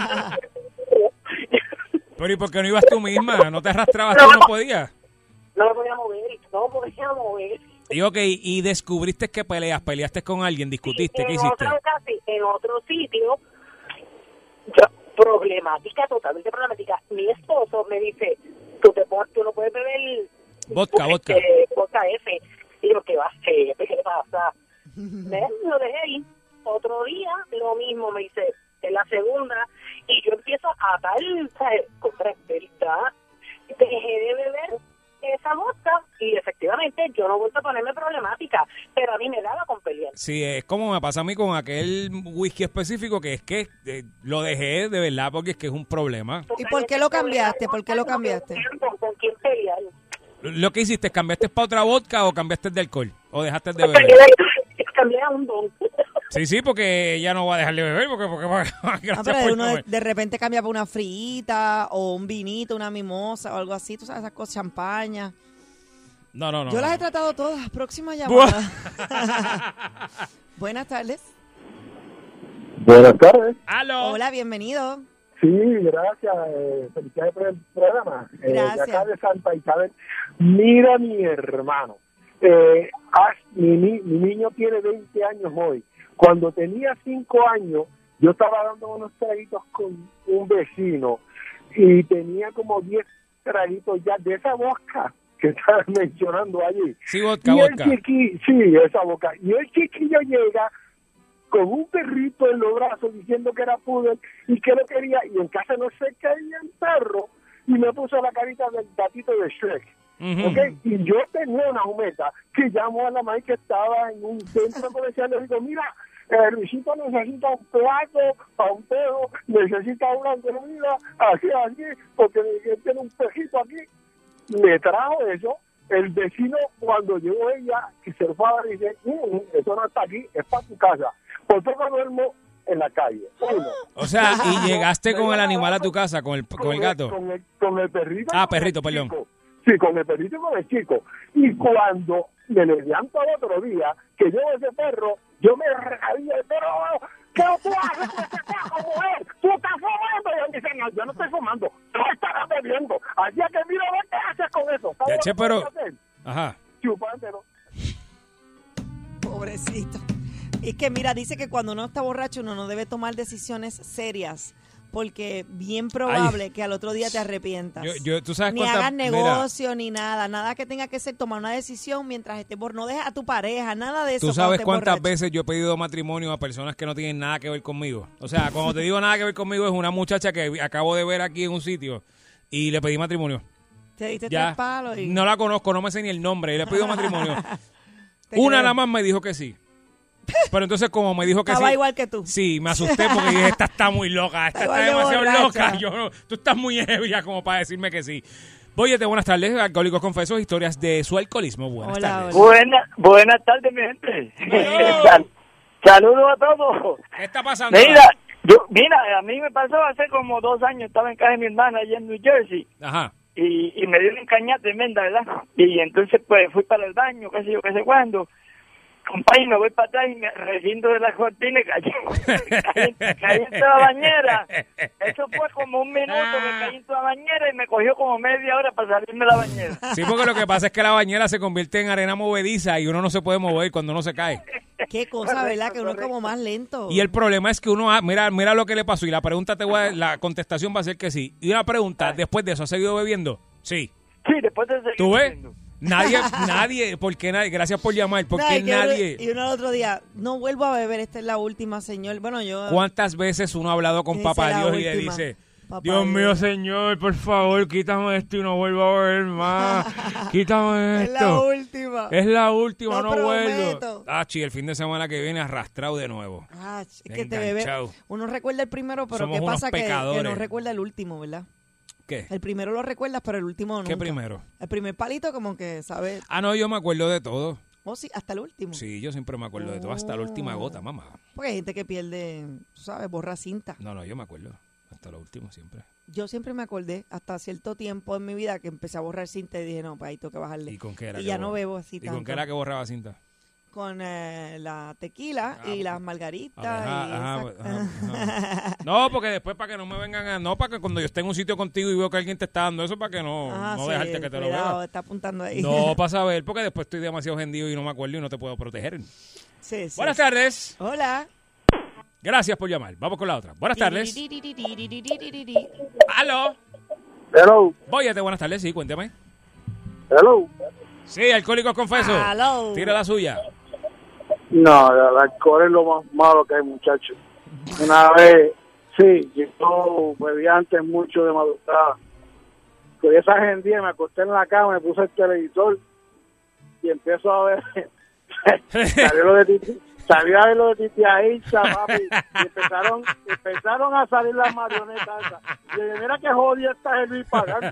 Pero ¿y por qué no ibas tú misma? ¿No te arrastrabas tú? ¿No podías? No me podía mover. Y y descubriste que peleaste con alguien, discutiste, ¿qué hiciste? En otro sitio, totalmente problemática. Mi esposo me dice, tú no puedes beber vodka F. Y yo, ¿qué va a hacer? ¿Qué pasa? Lo dejé ahí. Otro día, lo mismo, me dice, en la segunda, y yo empiezo a dar, contra verdad, dejé de beber esa vodka y efectivamente yo no he vuelto a ponerme problemática, pero a mí me daba con pelear. Sí, es como me pasa a mí con aquel whisky específico que es que lo dejé de verdad porque es que es un problema. ¿Y por qué lo cambiaste? ¿Por qué lo cambiaste? ¿Con quién pelear? ¿Lo que hiciste? ¿Cambiaste para otra vodka o cambiaste de alcohol? ¿O dejaste de beber? Cambié a un don. Sí, porque ya no va a dejar de beber porque pero uno de repente cambia por una frita o un vinito, una mimosa o algo así, tú sabes, esas cosas, champaña. No. Yo las he tratado todas. Próxima llamada. Buenas tardes. Buenas tardes. ¡Aló! Hola, bienvenido. Sí, gracias. Felicidades por el programa. Gracias. De acá de Santa Isabel. Mira, mi hermano. Mi niño tiene 20 años hoy. Cuando tenía 5 años, yo estaba dando unos traguitos con un vecino y tenía como 10 traguitos ya de esa vodka que estabas mencionando allí. Sí, vodka. Sí, esa vodka. Y el chiquillo llega con un perrito en los brazos diciendo que era poodle y que lo quería, y en casa no se caía el perro, y me puso la carita del gatito de Shrek. ¿Okay? Y yo tenía una jumeta que llamó a la madre que estaba en un centro comercial y le digo, mira, Luisito necesita un plato para un perro, necesita una comida, así, porque él tiene un perrito aquí. Me trajo eso. El vecino, cuando llegó ella, que se lo fue a dice, eso no está aquí, es para tu casa. Por poco duermo en la calle. O sea, y llegaste con el animal a tu casa, con el gato. Con el perrito. Perrito, perdón. Sí, con el perrito y con el chico. Y cuando me levanto al otro día, que llevo ese perro, Yo me reía, pero ¿qué tú haces con ese cajo, mujer? ¿Tú estás fumando? Y él dice, no, yo no estoy fumando, tú estarás bebiendo. Así que mira, ¿qué haces con eso? Ya, che, pero... Ajá. Chupándolo. Pobrecito. Y es que mira, dice que cuando uno está borracho uno no debe tomar decisiones serias, porque bien probable que al otro día te arrepientas. ¿Tú sabes ni hagas negocio, ni nada que tenga que ser tomar una decisión mientras estés no dejes a tu pareja, nada de eso. ¿Tú sabes cuántas veces yo he pedido matrimonio a personas que no tienen nada que ver conmigo? O sea, cuando te digo nada que ver conmigo, es una muchacha que acabo de ver aquí en un sitio y le pedí matrimonio. Te diste 3 palos y... No la conozco, no me sé ni el nombre y le he pedido matrimonio. Una nada más me dijo que sí. Pero entonces como me dijo que estaba sí, igual que tú. Sí, me asusté porque dije, esta está muy loca, esta está demasiado loca. Tú estás muy ebria como para decirme que sí. Bóyete, buenas tardes, Alcohólicos Confesos, historias de su alcoholismo. Buenas tardes. Buenas tardes, mi gente. Saludos a todos. ¿Qué está pasando? Mira, a mí me pasó hace como 2 años, estaba en casa de mi hermana allá en New Jersey. Ajá. Y me dio una encañada tremenda, ¿verdad? Y entonces pues fui para el baño, qué sé cuándo. Compadre, me voy para atrás y me reviento de la cortina y caí en toda la bañera. Eso fue como 1 minuto que caí en toda la bañera y me cogió como media hora para salirme de la bañera. Sí, porque lo que pasa es que la bañera se convierte en arena movediza y uno no se puede mover cuando uno se cae. Qué cosa, ¿verdad? Que uno es como más lento. Y el problema es que uno, mira lo que le pasó y la pregunta la contestación va a ser que sí. Y una pregunta, después de eso, ¿has seguido bebiendo? Sí. Sí, después de seguir ¿Tú ves? bebiendo. Nadie, ¿por qué nadie? Gracias por llamar, porque nadie... Y uno al otro día, no vuelvo a beber, esta es la última, señor. Bueno, yo... ¿Cuántas veces uno ha hablado con Papá Dios y le dice, Dios mío, Señor, por favor, quítame esto y no vuelvo a beber más, quítame esto. Es la última. Es la última, no vuelvo. El fin de semana que viene arrastrado de nuevo. Es que te bebe. Uno recuerda el primero, pero Somos ¿qué pasa? Que no pecadores. recuerda el último, ¿verdad? ¿Qué? El primero lo recuerdas, pero el último nunca. ¿Qué primero? El primer palito como que, ¿sabes? No, yo me acuerdo de todo. Oh, sí, hasta el último. Sí, yo siempre me acuerdo de todo, hasta la última gota, mamá. Porque hay gente que pierde, ¿sabes? Borra cinta. No, yo me acuerdo. Hasta lo último siempre. Yo siempre me acordé, hasta cierto tiempo en mi vida, que empecé a borrar cinta y dije, no, pues ahí tengo que bajarle. ¿Y con qué era? Y ya no bebo así tanto. tanto. ¿Y con qué era que borraba cinta? Con la tequila y las margaritas. No, porque después para que no me vengan no, para que cuando yo esté en un sitio contigo y veo que alguien te está dando eso, para que no dejarte que te lo vea. Está apuntando ahí. No, para saber, porque después estoy demasiado hendido y no me acuerdo y no te puedo proteger. Sí. Buenas tardes. Hola. Gracias por llamar. Vamos con la otra. Buenas tardes. ¿Aló? Hello. Bóyate, buenas tardes, sí, cuéntame. Hello. Sí, Alcohólicos Confesos. Hello. Tira la suya. No, el alcohol es lo más malo que hay, muchachos. Una vez, sí, yo bebía antes mucho de madrugada. Con esa agendía me acosté en la cama, me puse el televisor y empiezo a ver. Salió a ver lo de Titia Ilsa, papi, y empezaron a salir las marionetas esas. Y dije, mira qué jodida está el Luis Pagán.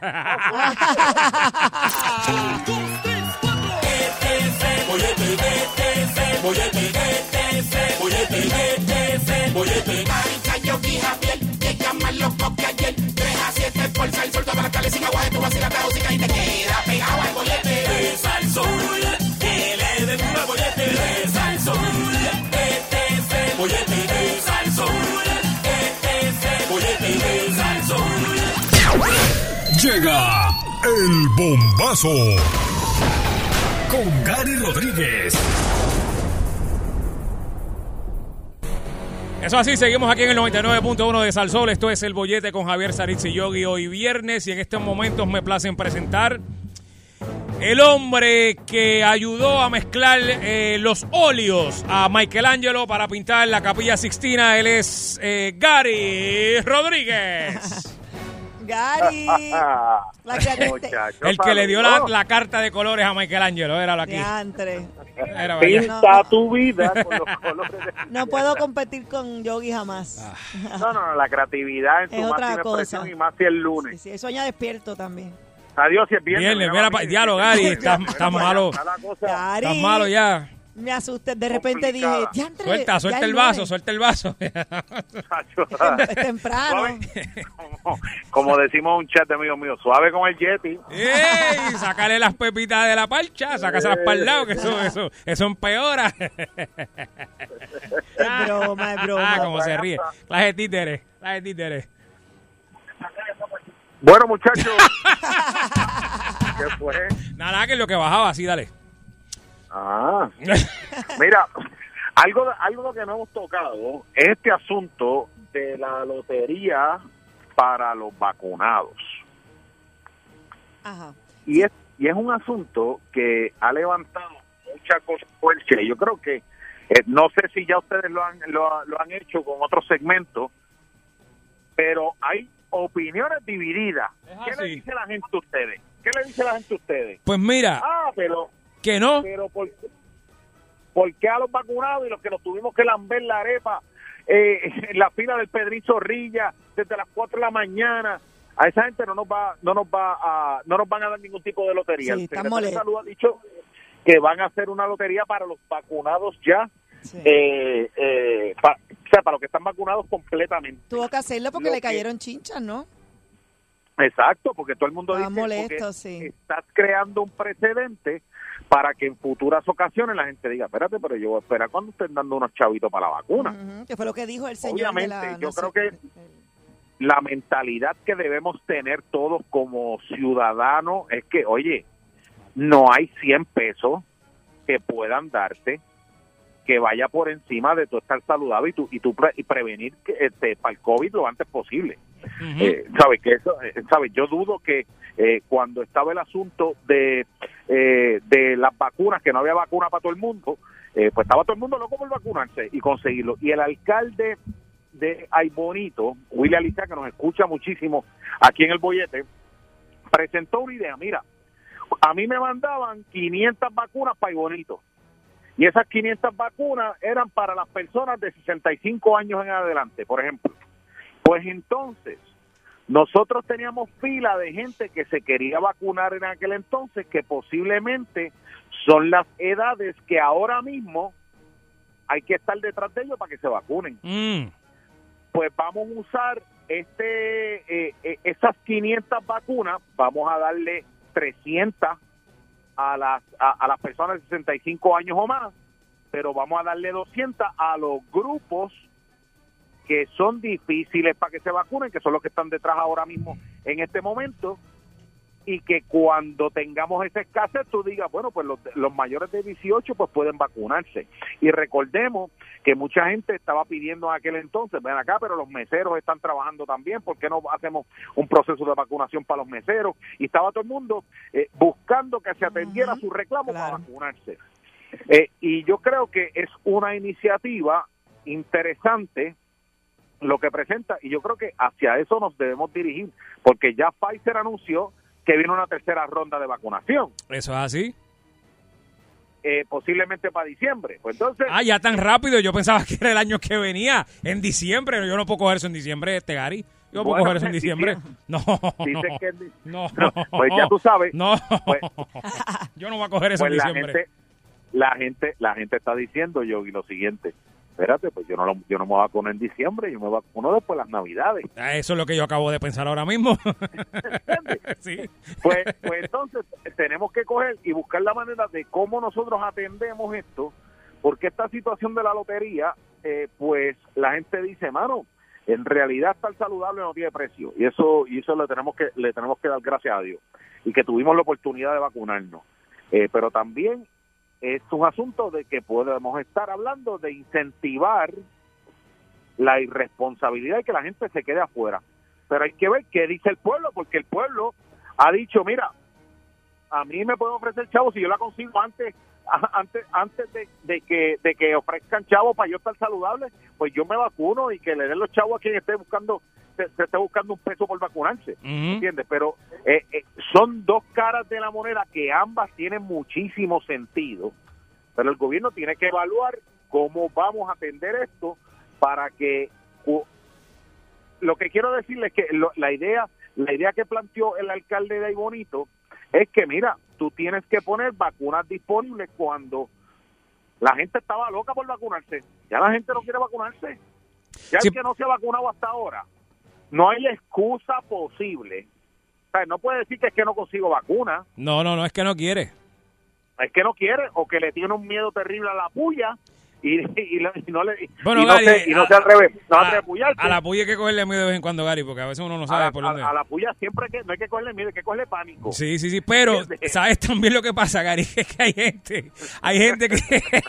Marica, Yogi, Javier, te llaman loco que ayer 3 a 7 por Salsol, todas las calles sin agua, tú vacilas la música y te queda pegado al bollete de Salsol, que le den un bollete de Salsol, bollete de Salsol, bollete de Salsol. Llega el bombazo con Gary Rodríguez. Eso así, seguimos aquí en el 99.1 de Salsol. Esto es El Bollete con Javier Saritz y Yogi. Hoy viernes y en estos momentos me placen presentar el hombre que ayudó a mezclar los óleos a Michelangelo para pintar la Capilla Sixtina. Él es Gary Rodríguez. Gary. El que le dio la carta de colores a Michelangelo. Éralo aquí. Pinta tu vida con los colores. No puedo competir con Yogi jamás. No, la creatividad en su máxima expresión y más si el lunes. Sí, eso ya despierto también. Adiós, si es viernes. Mira, diálogo, Gary. Estás malo. Gary. Estás malo ya. Me asusté, de repente dije, suelta el vaso, suelta el vaso. Es temprano. Como decimos un chat de amigos míos, suave con el Yeti. ¡Ey! Sácale las pepitas de la parcha, sácaselas para el lado, que eso empeora. Es broma. Como se ríe. Las de títeres. Bueno, muchachos. ¿Qué fue? Nada, que es lo que bajaba, así, dale. Mira, algo que no hemos tocado es este asunto de la lotería para los vacunados. Ajá. Y es un asunto que ha levantado mucha controversia. Yo creo que, no sé si ya ustedes lo han hecho con otros segmentos, pero hay opiniones divididas. ¿Qué le dice la gente a ustedes? Pues mira, pero que no. Pero ¿por qué a los vacunados y los que nos tuvimos que lamber la arepa en la fila del Pedrín Zorrilla desde las 4 de la mañana? A esa gente no nos van a dar ningún tipo de lotería. Sí, El Secretario de Salud ha dicho que van a hacer una lotería para los vacunados ya. Sí. Para los que están vacunados completamente. Tuvo que hacerlo porque le cayeron chinchas, ¿no? Exacto, porque todo el mundo Estaba dice molesto, que sí. estás creando un precedente para que en futuras ocasiones la gente diga, espérate, pero yo voy a esperar cuando estén dando unos chavitos para la vacuna. Uh-huh, que fue lo que dijo el señor. Obviamente, yo creo que la mentalidad que debemos tener todos como ciudadanos es que, oye, no hay 100 pesos que puedan darte que vaya por encima de tu estar saludable y tú prevenir para el COVID lo antes posible. Uh-huh. ¿Sabes? Yo dudo que cuando estaba el asunto de las vacunas, que no había vacuna para todo el mundo, pues estaba todo el mundo loco por vacunarse y conseguirlo. Y el alcalde de Aybonito, Willy Alicia, que nos escucha muchísimo aquí en El Bollete, presentó una idea. Mira, a mí me mandaban 500 vacunas para Aybonito. Y esas 500 vacunas eran para las personas de 65 años en adelante, por ejemplo. Pues entonces, nosotros teníamos fila de gente que se quería vacunar en aquel entonces, que posiblemente son las edades que ahora mismo hay que estar detrás de ellos para que se vacunen. Pues vamos a usar esas 500 vacunas, vamos a darle 300 a las personas de 65 años o más, pero vamos a darle 200 a los grupos que son difíciles para que se vacunen, que son los que están detrás ahora mismo en este momento, y que cuando tengamos esa escasez tú digas, bueno, pues los mayores de 18 pues pueden vacunarse. Y recordemos que mucha gente estaba pidiendo en aquel entonces, ven acá, pero los meseros están trabajando también, ¿por qué no hacemos un proceso de vacunación para los meseros? Y estaba todo el mundo buscando que se atendiera su reclamo para vacunarse. Y yo creo que es una iniciativa interesante lo que presenta, y yo creo que hacia eso nos debemos dirigir, porque ya Pfizer anunció que viene una tercera ronda de vacunación. ¿Eso es así? Posiblemente para diciembre. Pues entonces, ya tan rápido. Yo pensaba que era el año que venía, en diciembre. Yo no puedo coger eso en diciembre, Gary. Yo no puedo coger eso en diciembre. No. Dicen que no. Pues ya tú sabes. No. Pues, yo no voy a coger eso en diciembre. La gente está diciendo, Yogi, lo siguiente. Espérate, pues yo no me vacuno en diciembre, yo me vacuno después de las Navidades. Eso es lo que yo acabo de pensar ahora mismo. Sí. Pues entonces tenemos que coger y buscar la manera de cómo nosotros atendemos esto, porque esta situación de la lotería, pues la gente dice, mano, en realidad estar saludable no tiene precio, y eso le tenemos que dar gracias a Dios, y que tuvimos la oportunidad de vacunarnos. Pero también es un asunto de que podemos estar hablando de incentivar la irresponsabilidad y que la gente se quede afuera. Pero hay que ver qué dice el pueblo, porque el pueblo ha dicho, mira, a mí me pueden ofrecer chavos si yo la consigo antes de que ofrezcan chavos para yo estar saludable, pues yo me vacuno y que le den los chavos a quien esté buscando un peso por vacunarse, ¿entiendes? Pero son dos caras de la moneda que ambas tienen muchísimo sentido, pero el gobierno tiene que evaluar cómo vamos a atender esto para que lo que quiero decirles es que la idea que planteó el alcalde de Aybonito es que, mira, tú tienes que poner vacunas disponibles cuando La gente estaba loca por vacunarse. Ya la gente no quiere vacunarse. Ya Sí. el que no se ha vacunado hasta ahora, no hay excusa posible. O sea, no puede decir que es que no consigo vacuna. No, es que no quiere. Es que no quiere o que le tiene un miedo terrible a la puya y no le Bueno, y no Gary, se, y no se atreve a puyarse. A la puya hay que cogerle miedo de vez en cuando, Gary, porque a veces uno no sabe por dónde. A la puya siempre no hay que cogerle miedo, hay que cogerle pánico. Sí, pero ¿sabes también lo que pasa, Gary? Es que hay gente que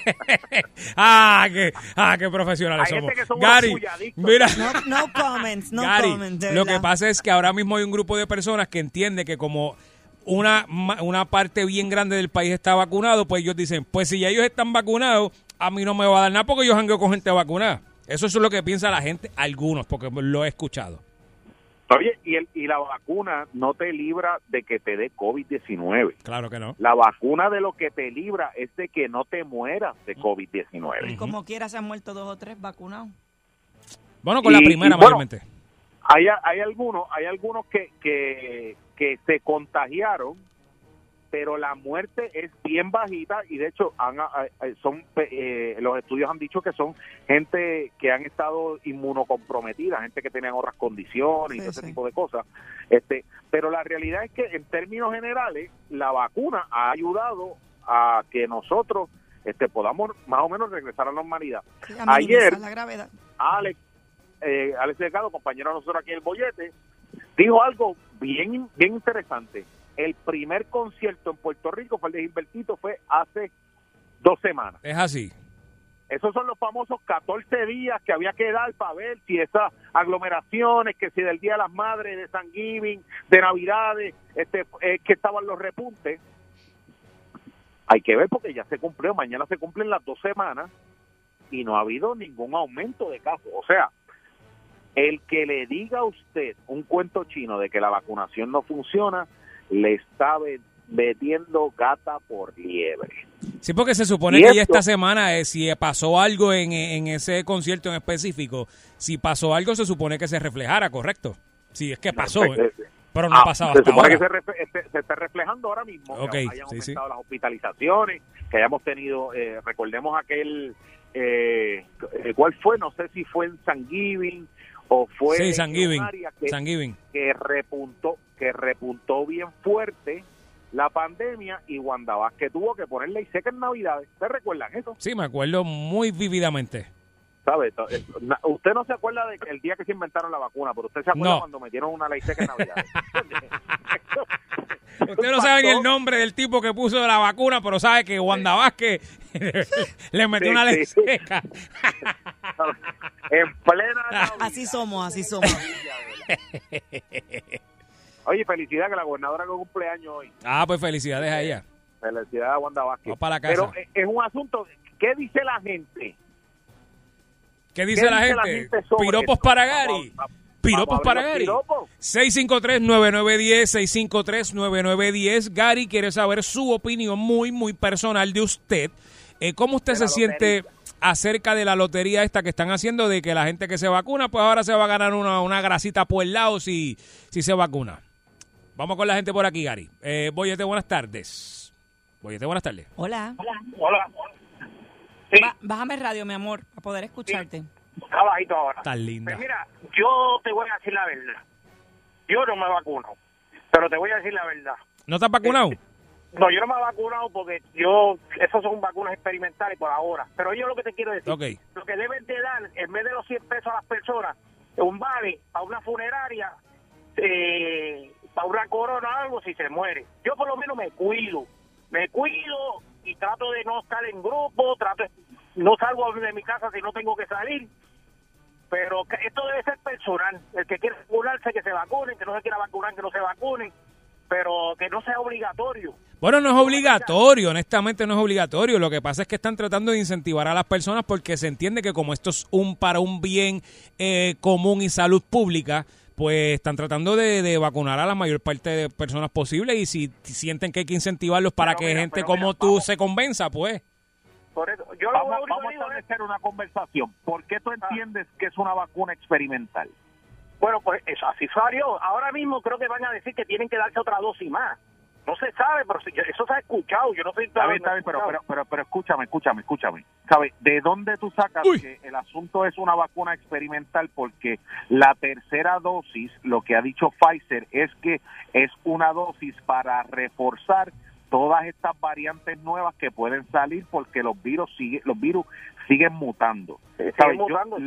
qué profesionales Hay somos. gente que son Gary, unos puyadictos. mira, No comments, Gary, de lo que verdad. pasa es que ahora mismo hay un grupo de personas que entiende que como una parte bien grande del país está vacunado, pues ellos dicen, pues si ya ellos están vacunados, a mí no me va a dar nada porque yo jangueo con gente vacunada. Eso es lo que piensa la gente, algunos, porque lo he escuchado. Oye, y la vacuna no te libra de que te dé COVID-19. Claro que no. La vacuna de lo que te libra es de que no te mueras de COVID-19. Y como quiera se han muerto 2 o 3 vacunados. Bueno, con la primera mayormente. Hay algunos que se contagiaron, pero la muerte es bien bajita y de hecho los estudios han dicho que son gente que han estado inmunocomprometida, gente que tenían otras condiciones y todo ese tipo de cosas. Pero la realidad es que en términos generales la vacuna ha ayudado a que nosotros podamos más o menos regresar a la normalidad. Sí, Ayer la gravedad. Alex Delgado, compañero de nosotros aquí en el Bollete, dijo algo bien interesante. El primer concierto en Puerto Rico fue el de Gilbertito, fue hace 2 semanas. Es así. Esos son los famosos 14 días que había que dar para ver si esas aglomeraciones, que si del Día de las Madres, de Thanksgiving, de Navidades, que estaban los repuntes. Hay que ver porque ya se cumplió, mañana se cumplen las 2 semanas y no ha habido ningún aumento de casos. O sea, el que le diga a usted un cuento chino de que la vacunación no funciona, le está metiendo gata por liebre. Sí, porque se supone que ya esta semana, si pasó algo en ese concierto en específico, si pasó algo se supone que se reflejara, ¿correcto? Sí, es que pasó, pero no ha pasado hasta supone ahora. Que se está reflejando ahora mismo, Okay, que hayan sí, aumentado las hospitalizaciones, que hayamos tenido, recordemos aquel, ¿cuál fue? No sé si fue en Thanksgiving o fue Sí, en Thanksgiving, un área Thanksgiving. que repuntó bien fuerte la pandemia y Wanda Vázquez tuvo que poner ley seca en Navidades. ¿Ustedes recuerdan eso? Sí, me acuerdo muy vívidamente. ¿Sabe? Usted no se acuerda del día que se inventaron la vacuna, pero usted se acuerda No. cuando metieron una ley seca en Navidades. Usted no sabe ni el nombre del tipo que puso la vacuna, pero sabe que Wanda Vázquez le metió una ley seca. En plena Navidad. Así somos. Oye, felicidad que la gobernadora que cumpleaños hoy. Pues felicidades a ella. Felicidades a Wanda Vázquez. Va para la casa. Pero es un asunto, ¿qué dice la gente? ¿Qué dice la gente? Piropos esto? para Gary. Piropos para Gary. Piropos. 653-9910, 653-9910. Gary quiere saber su opinión muy personal de usted. ¿Cómo usted se siente acerca de la lotería esta que están haciendo de que la gente que se vacuna, pues ahora se va a ganar una grasita por el lado si se vacuna? Vamos con la gente por aquí, Gary. Boyete, buenas tardes. Boyete, buenas tardes. Hola. Sí. Bájame el radio, mi amor, para poder escucharte. Está bajito ahora. Tan linda. Pues mira, yo te voy a decir la verdad. Yo no me vacuno, pero te voy a decir la verdad. ¿No estás vacunado? No, yo no me he vacunado porque esos son vacunas experimentales por ahora. Pero yo lo que te quiero decir, Okay. lo que deben de dar, en vez de los 100 pesos a las personas, un vale para una funeraria, para una corona o algo si se muere. Yo por lo menos me cuido y trato de no estar en grupo, no salgo de mi casa si no tengo que salir. Pero esto debe ser personal. El que quiere vacunarse, que se vacunen, que no se quiera vacunar, que no se vacunen, pero que no sea obligatorio. Bueno, no es obligatorio, honestamente no es obligatorio. Lo que pasa es que están tratando de incentivar a las personas porque se entiende que como esto es para un bien común y salud pública, pues están tratando de vacunar a la mayor parte de personas posible y si sienten que hay que incentivarlos para que gente como tú se convenza, pues. Por eso, Vamos a establecer una conversación. ¿Por qué tú entiendes que es una vacuna experimental? Bueno, pues eso así salió. Ahora mismo creo que van a decir que tienen que darse otra dosis más. No se sabe, pero eso se ha escuchado. Yo no sé. Está bien, pero escúchame. ¿Sabes? ¿De dónde tú sacas que el asunto es una vacuna experimental? Porque la tercera dosis, lo que ha dicho Pfizer, es que es una dosis para reforzar todas estas variantes nuevas que pueden salir porque los virus siguen mutando. ¿Sabes?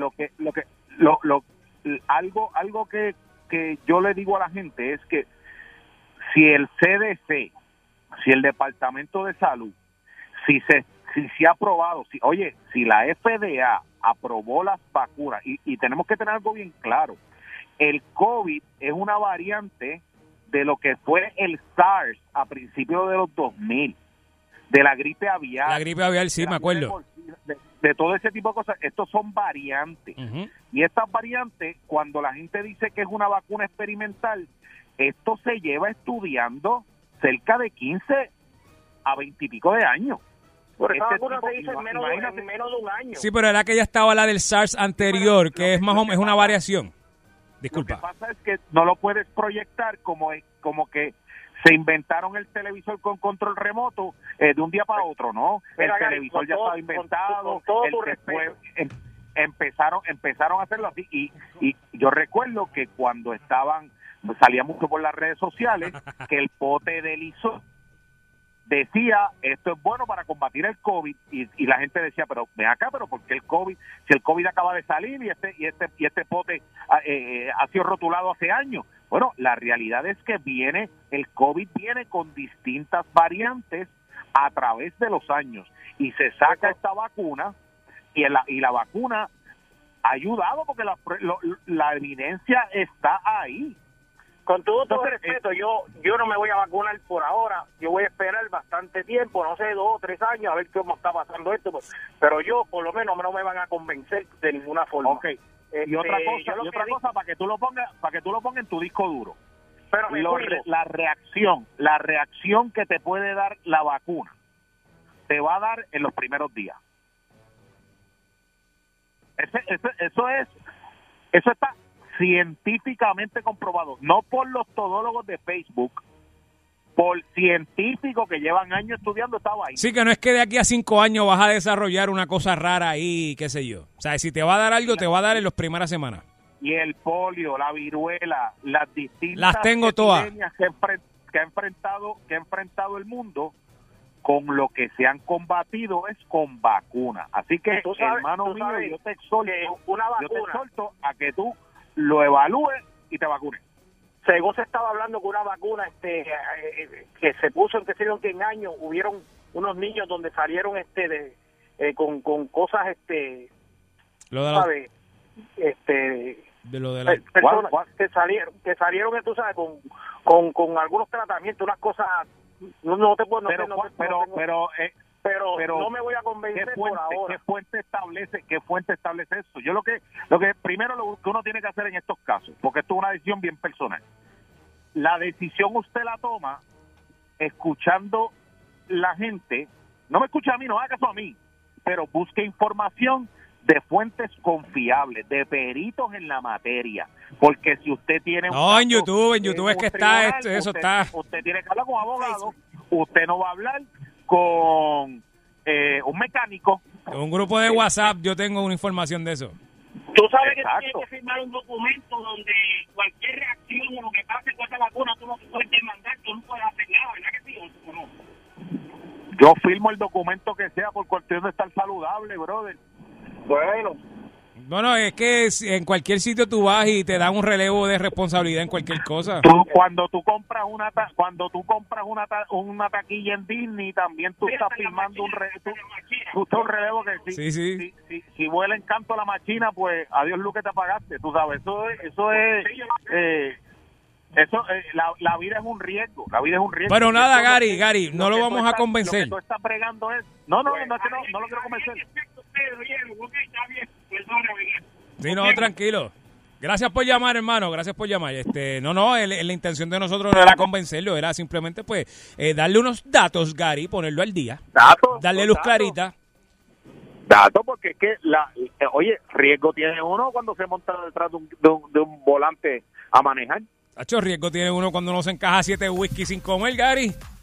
Algo que yo le digo a la gente es que si el CDC, si el Departamento de Salud, si se ha aprobado, si la FDA aprobó las vacunas, y tenemos que tener algo bien claro, el COVID es una variante de lo que fue el SARS a principios de los 2000, de la gripe aviar. La gripe aviar, sí, me acuerdo. De todo ese tipo de cosas, estos son variantes. Y estas variantes, cuando la gente dice que es una vacuna experimental, esto se lleva estudiando cerca de 15 a 20 y pico de años. Por esa vacuna se hizo en menos de un año. Sí, pero era que ya estaba la del SARS anterior, que es más o menos una variación. Disculpa. Lo que pasa es que no lo puedes proyectar como que se inventaron el televisor con control remoto de un día para otro, ¿no? El televisor ya estaba inventado, después empezaron a hacerlo así, y yo recuerdo que cuando salía mucho por las redes sociales que el pote de Lysol decía, esto es bueno para combatir el COVID, y la gente decía, pero ven acá, pero ¿por qué el COVID? Si el COVID acaba de salir y este pote ha sido rotulado hace años. Bueno, la realidad es que el COVID viene con distintas variantes a través de los años, y se saca esta vacuna, y la vacuna ha ayudado porque la evidencia está ahí. Con todo respeto, yo no me voy a vacunar por ahora. Yo voy a esperar bastante tiempo, no sé, 2 o 3 años, a ver cómo está pasando esto. Pero yo, por lo menos, no me van a convencer de ninguna forma. Okay. Y otra cosa para que tú lo pongas en tu disco duro. Pero la reacción que te puede dar la vacuna te va a dar en los primeros días. Eso está científicamente comprobado, no por los todólogos de Facebook, por científicos que llevan años estudiando esta vaina. Sí, que no es que de aquí a 5 años vas a desarrollar una cosa rara ahí, qué sé yo. O sea, si te va a dar algo, te va a dar en las primeras semanas. Y el polio, la viruela, las distintas las tengo todas epidemias que ha enfrentado el mundo, con lo que se han combatido es con vacunas. Así que, hermano mío, yo te exhorto a que tú lo evalúes y te vacunes. Según se estaba hablando que una vacuna que se puso en que sé yo en años, hubieron unos niños donde salieron con cosas lo de ¿sabes? De lo de la personas que salieron tú sabes con algunos tratamientos, unas cosas no te puedo pero no me voy a convencer por ahora. ¿Qué fuente establece eso? Yo lo que primero lo que uno tiene que hacer en estos casos, porque esto es una decisión bien personal. La decisión usted la toma escuchando la gente. No me escuche a mí, no haga caso a mí, pero busque información de fuentes confiables, de peritos en la materia, porque si usted tiene en YouTube es que está eso está. Usted tiene que hablar con abogados, usted no va a hablar con un mecánico. En un grupo de WhatsApp yo tengo una información de eso. Tú sabes que tú tienes que firmar un documento donde cualquier reacción o lo que pase con esa vacuna tú no puedes demandar, tú no puedes hacer nada, ¿verdad que sí o no? Yo firmo el documento que sea por cuestión de estar saludable, brother. Bueno, es que en cualquier sitio tú vas y te dan un relevo de responsabilidad en cualquier cosa. Cuando tú compras una taquilla en Disney, también tú estás firmando un relevo que si vuela en canto la machina, pues adiós lo que te pagaste, tú sabes. La vida es un riesgo, Pero nada, Gary, no lo vamos a convencer. Lo que tú estás bregando es no lo quiero convencer. Sí, no, tranquilo. Gracias por llamar, hermano. Gracias por llamar. La intención de nosotros no era convencerlo, era simplemente pues darle unos datos, Gary, ponerlo al día. Darle luz clarita. Datos, porque es que riesgo tiene uno cuando se monta detrás de un volante a manejar. Riesgo tiene uno cuando uno se encaja 7 whisky sin comer, Gary.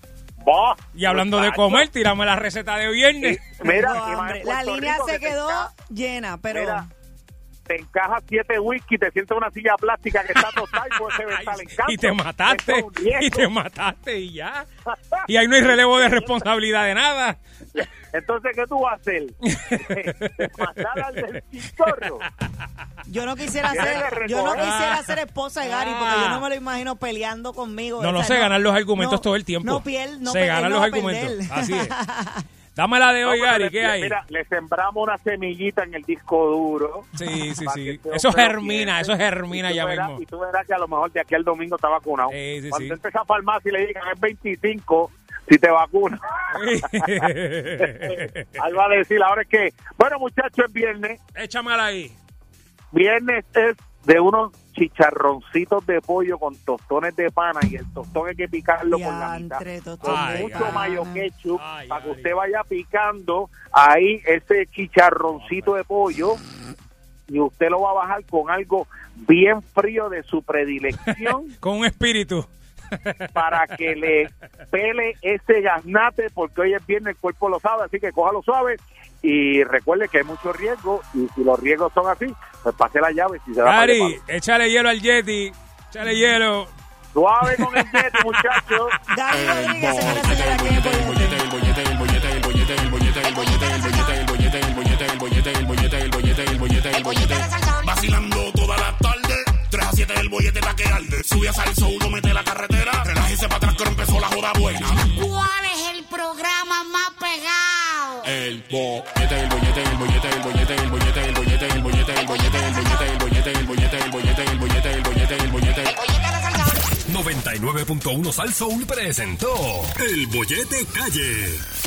Y hablando de comer, tirame la receta de viernes. Mira, la línea se quedó llena, pero... Mira, te encajas 7 whisky, te sientas en una silla plástica que está total y pues se vental en casa. Y te mataste, y ya. Y ahí no hay relevo de responsabilidad de nada. Entonces, ¿qué tú vas a hacer? ¿Matar al del chinchorro? Yo no quisiera ser esposa de Gary porque yo no me lo imagino peleando conmigo. No se ganan los argumentos todo el tiempo. Se ganan los argumentos. Así es. Dame la de hoy, Gary, ¿qué hay? Mira, le sembramos una semillita en el disco duro. Sí. Eso germina ya mismo. Y tú verás que a lo mejor de aquí al domingo está vacunado. Cuando entres a farmacia y le digan es 25, si te vacunas. Algo a decir, ahora es que, bueno, muchachos, es viernes. Échamela ahí. Viernes es de unos chicharroncitos de pollo con tostones de pana y el tostón hay que picarlo por la mitad con mucho mayo ketchup para que usted vaya picando ahí ese chicharroncito de pollo y usted lo va a bajar con algo bien frío de su predilección con un espíritu para que le pele ese gaznate porque hoy es viernes, el cuerpo lo sabe, así que cójalo suave y recuerde que hay mucho riesgo y si los riesgos son así, pues pase la llave. Si se da Gary, échale hielo al Yeti, échale hielo. Suave con el Yeti, muchachos. Gary Rodríguez, señora, el bollete. Vacilando toda la tarde, 3 a 7 el bollete está que arde. Sube a Salso, uno mete la carretera, relájese para atrás que empezó la joda buena. ¿Cuál es el programa más pegado? El bollete, el bollete, el bollete, el bollete, el bollete, el bollete, el bollete, el bollete, el bollete, el bollete, el bollete, el bollete, el bollete, el bollete, el bollete. 99.1 Sal Soul presentó El Bollete Calle.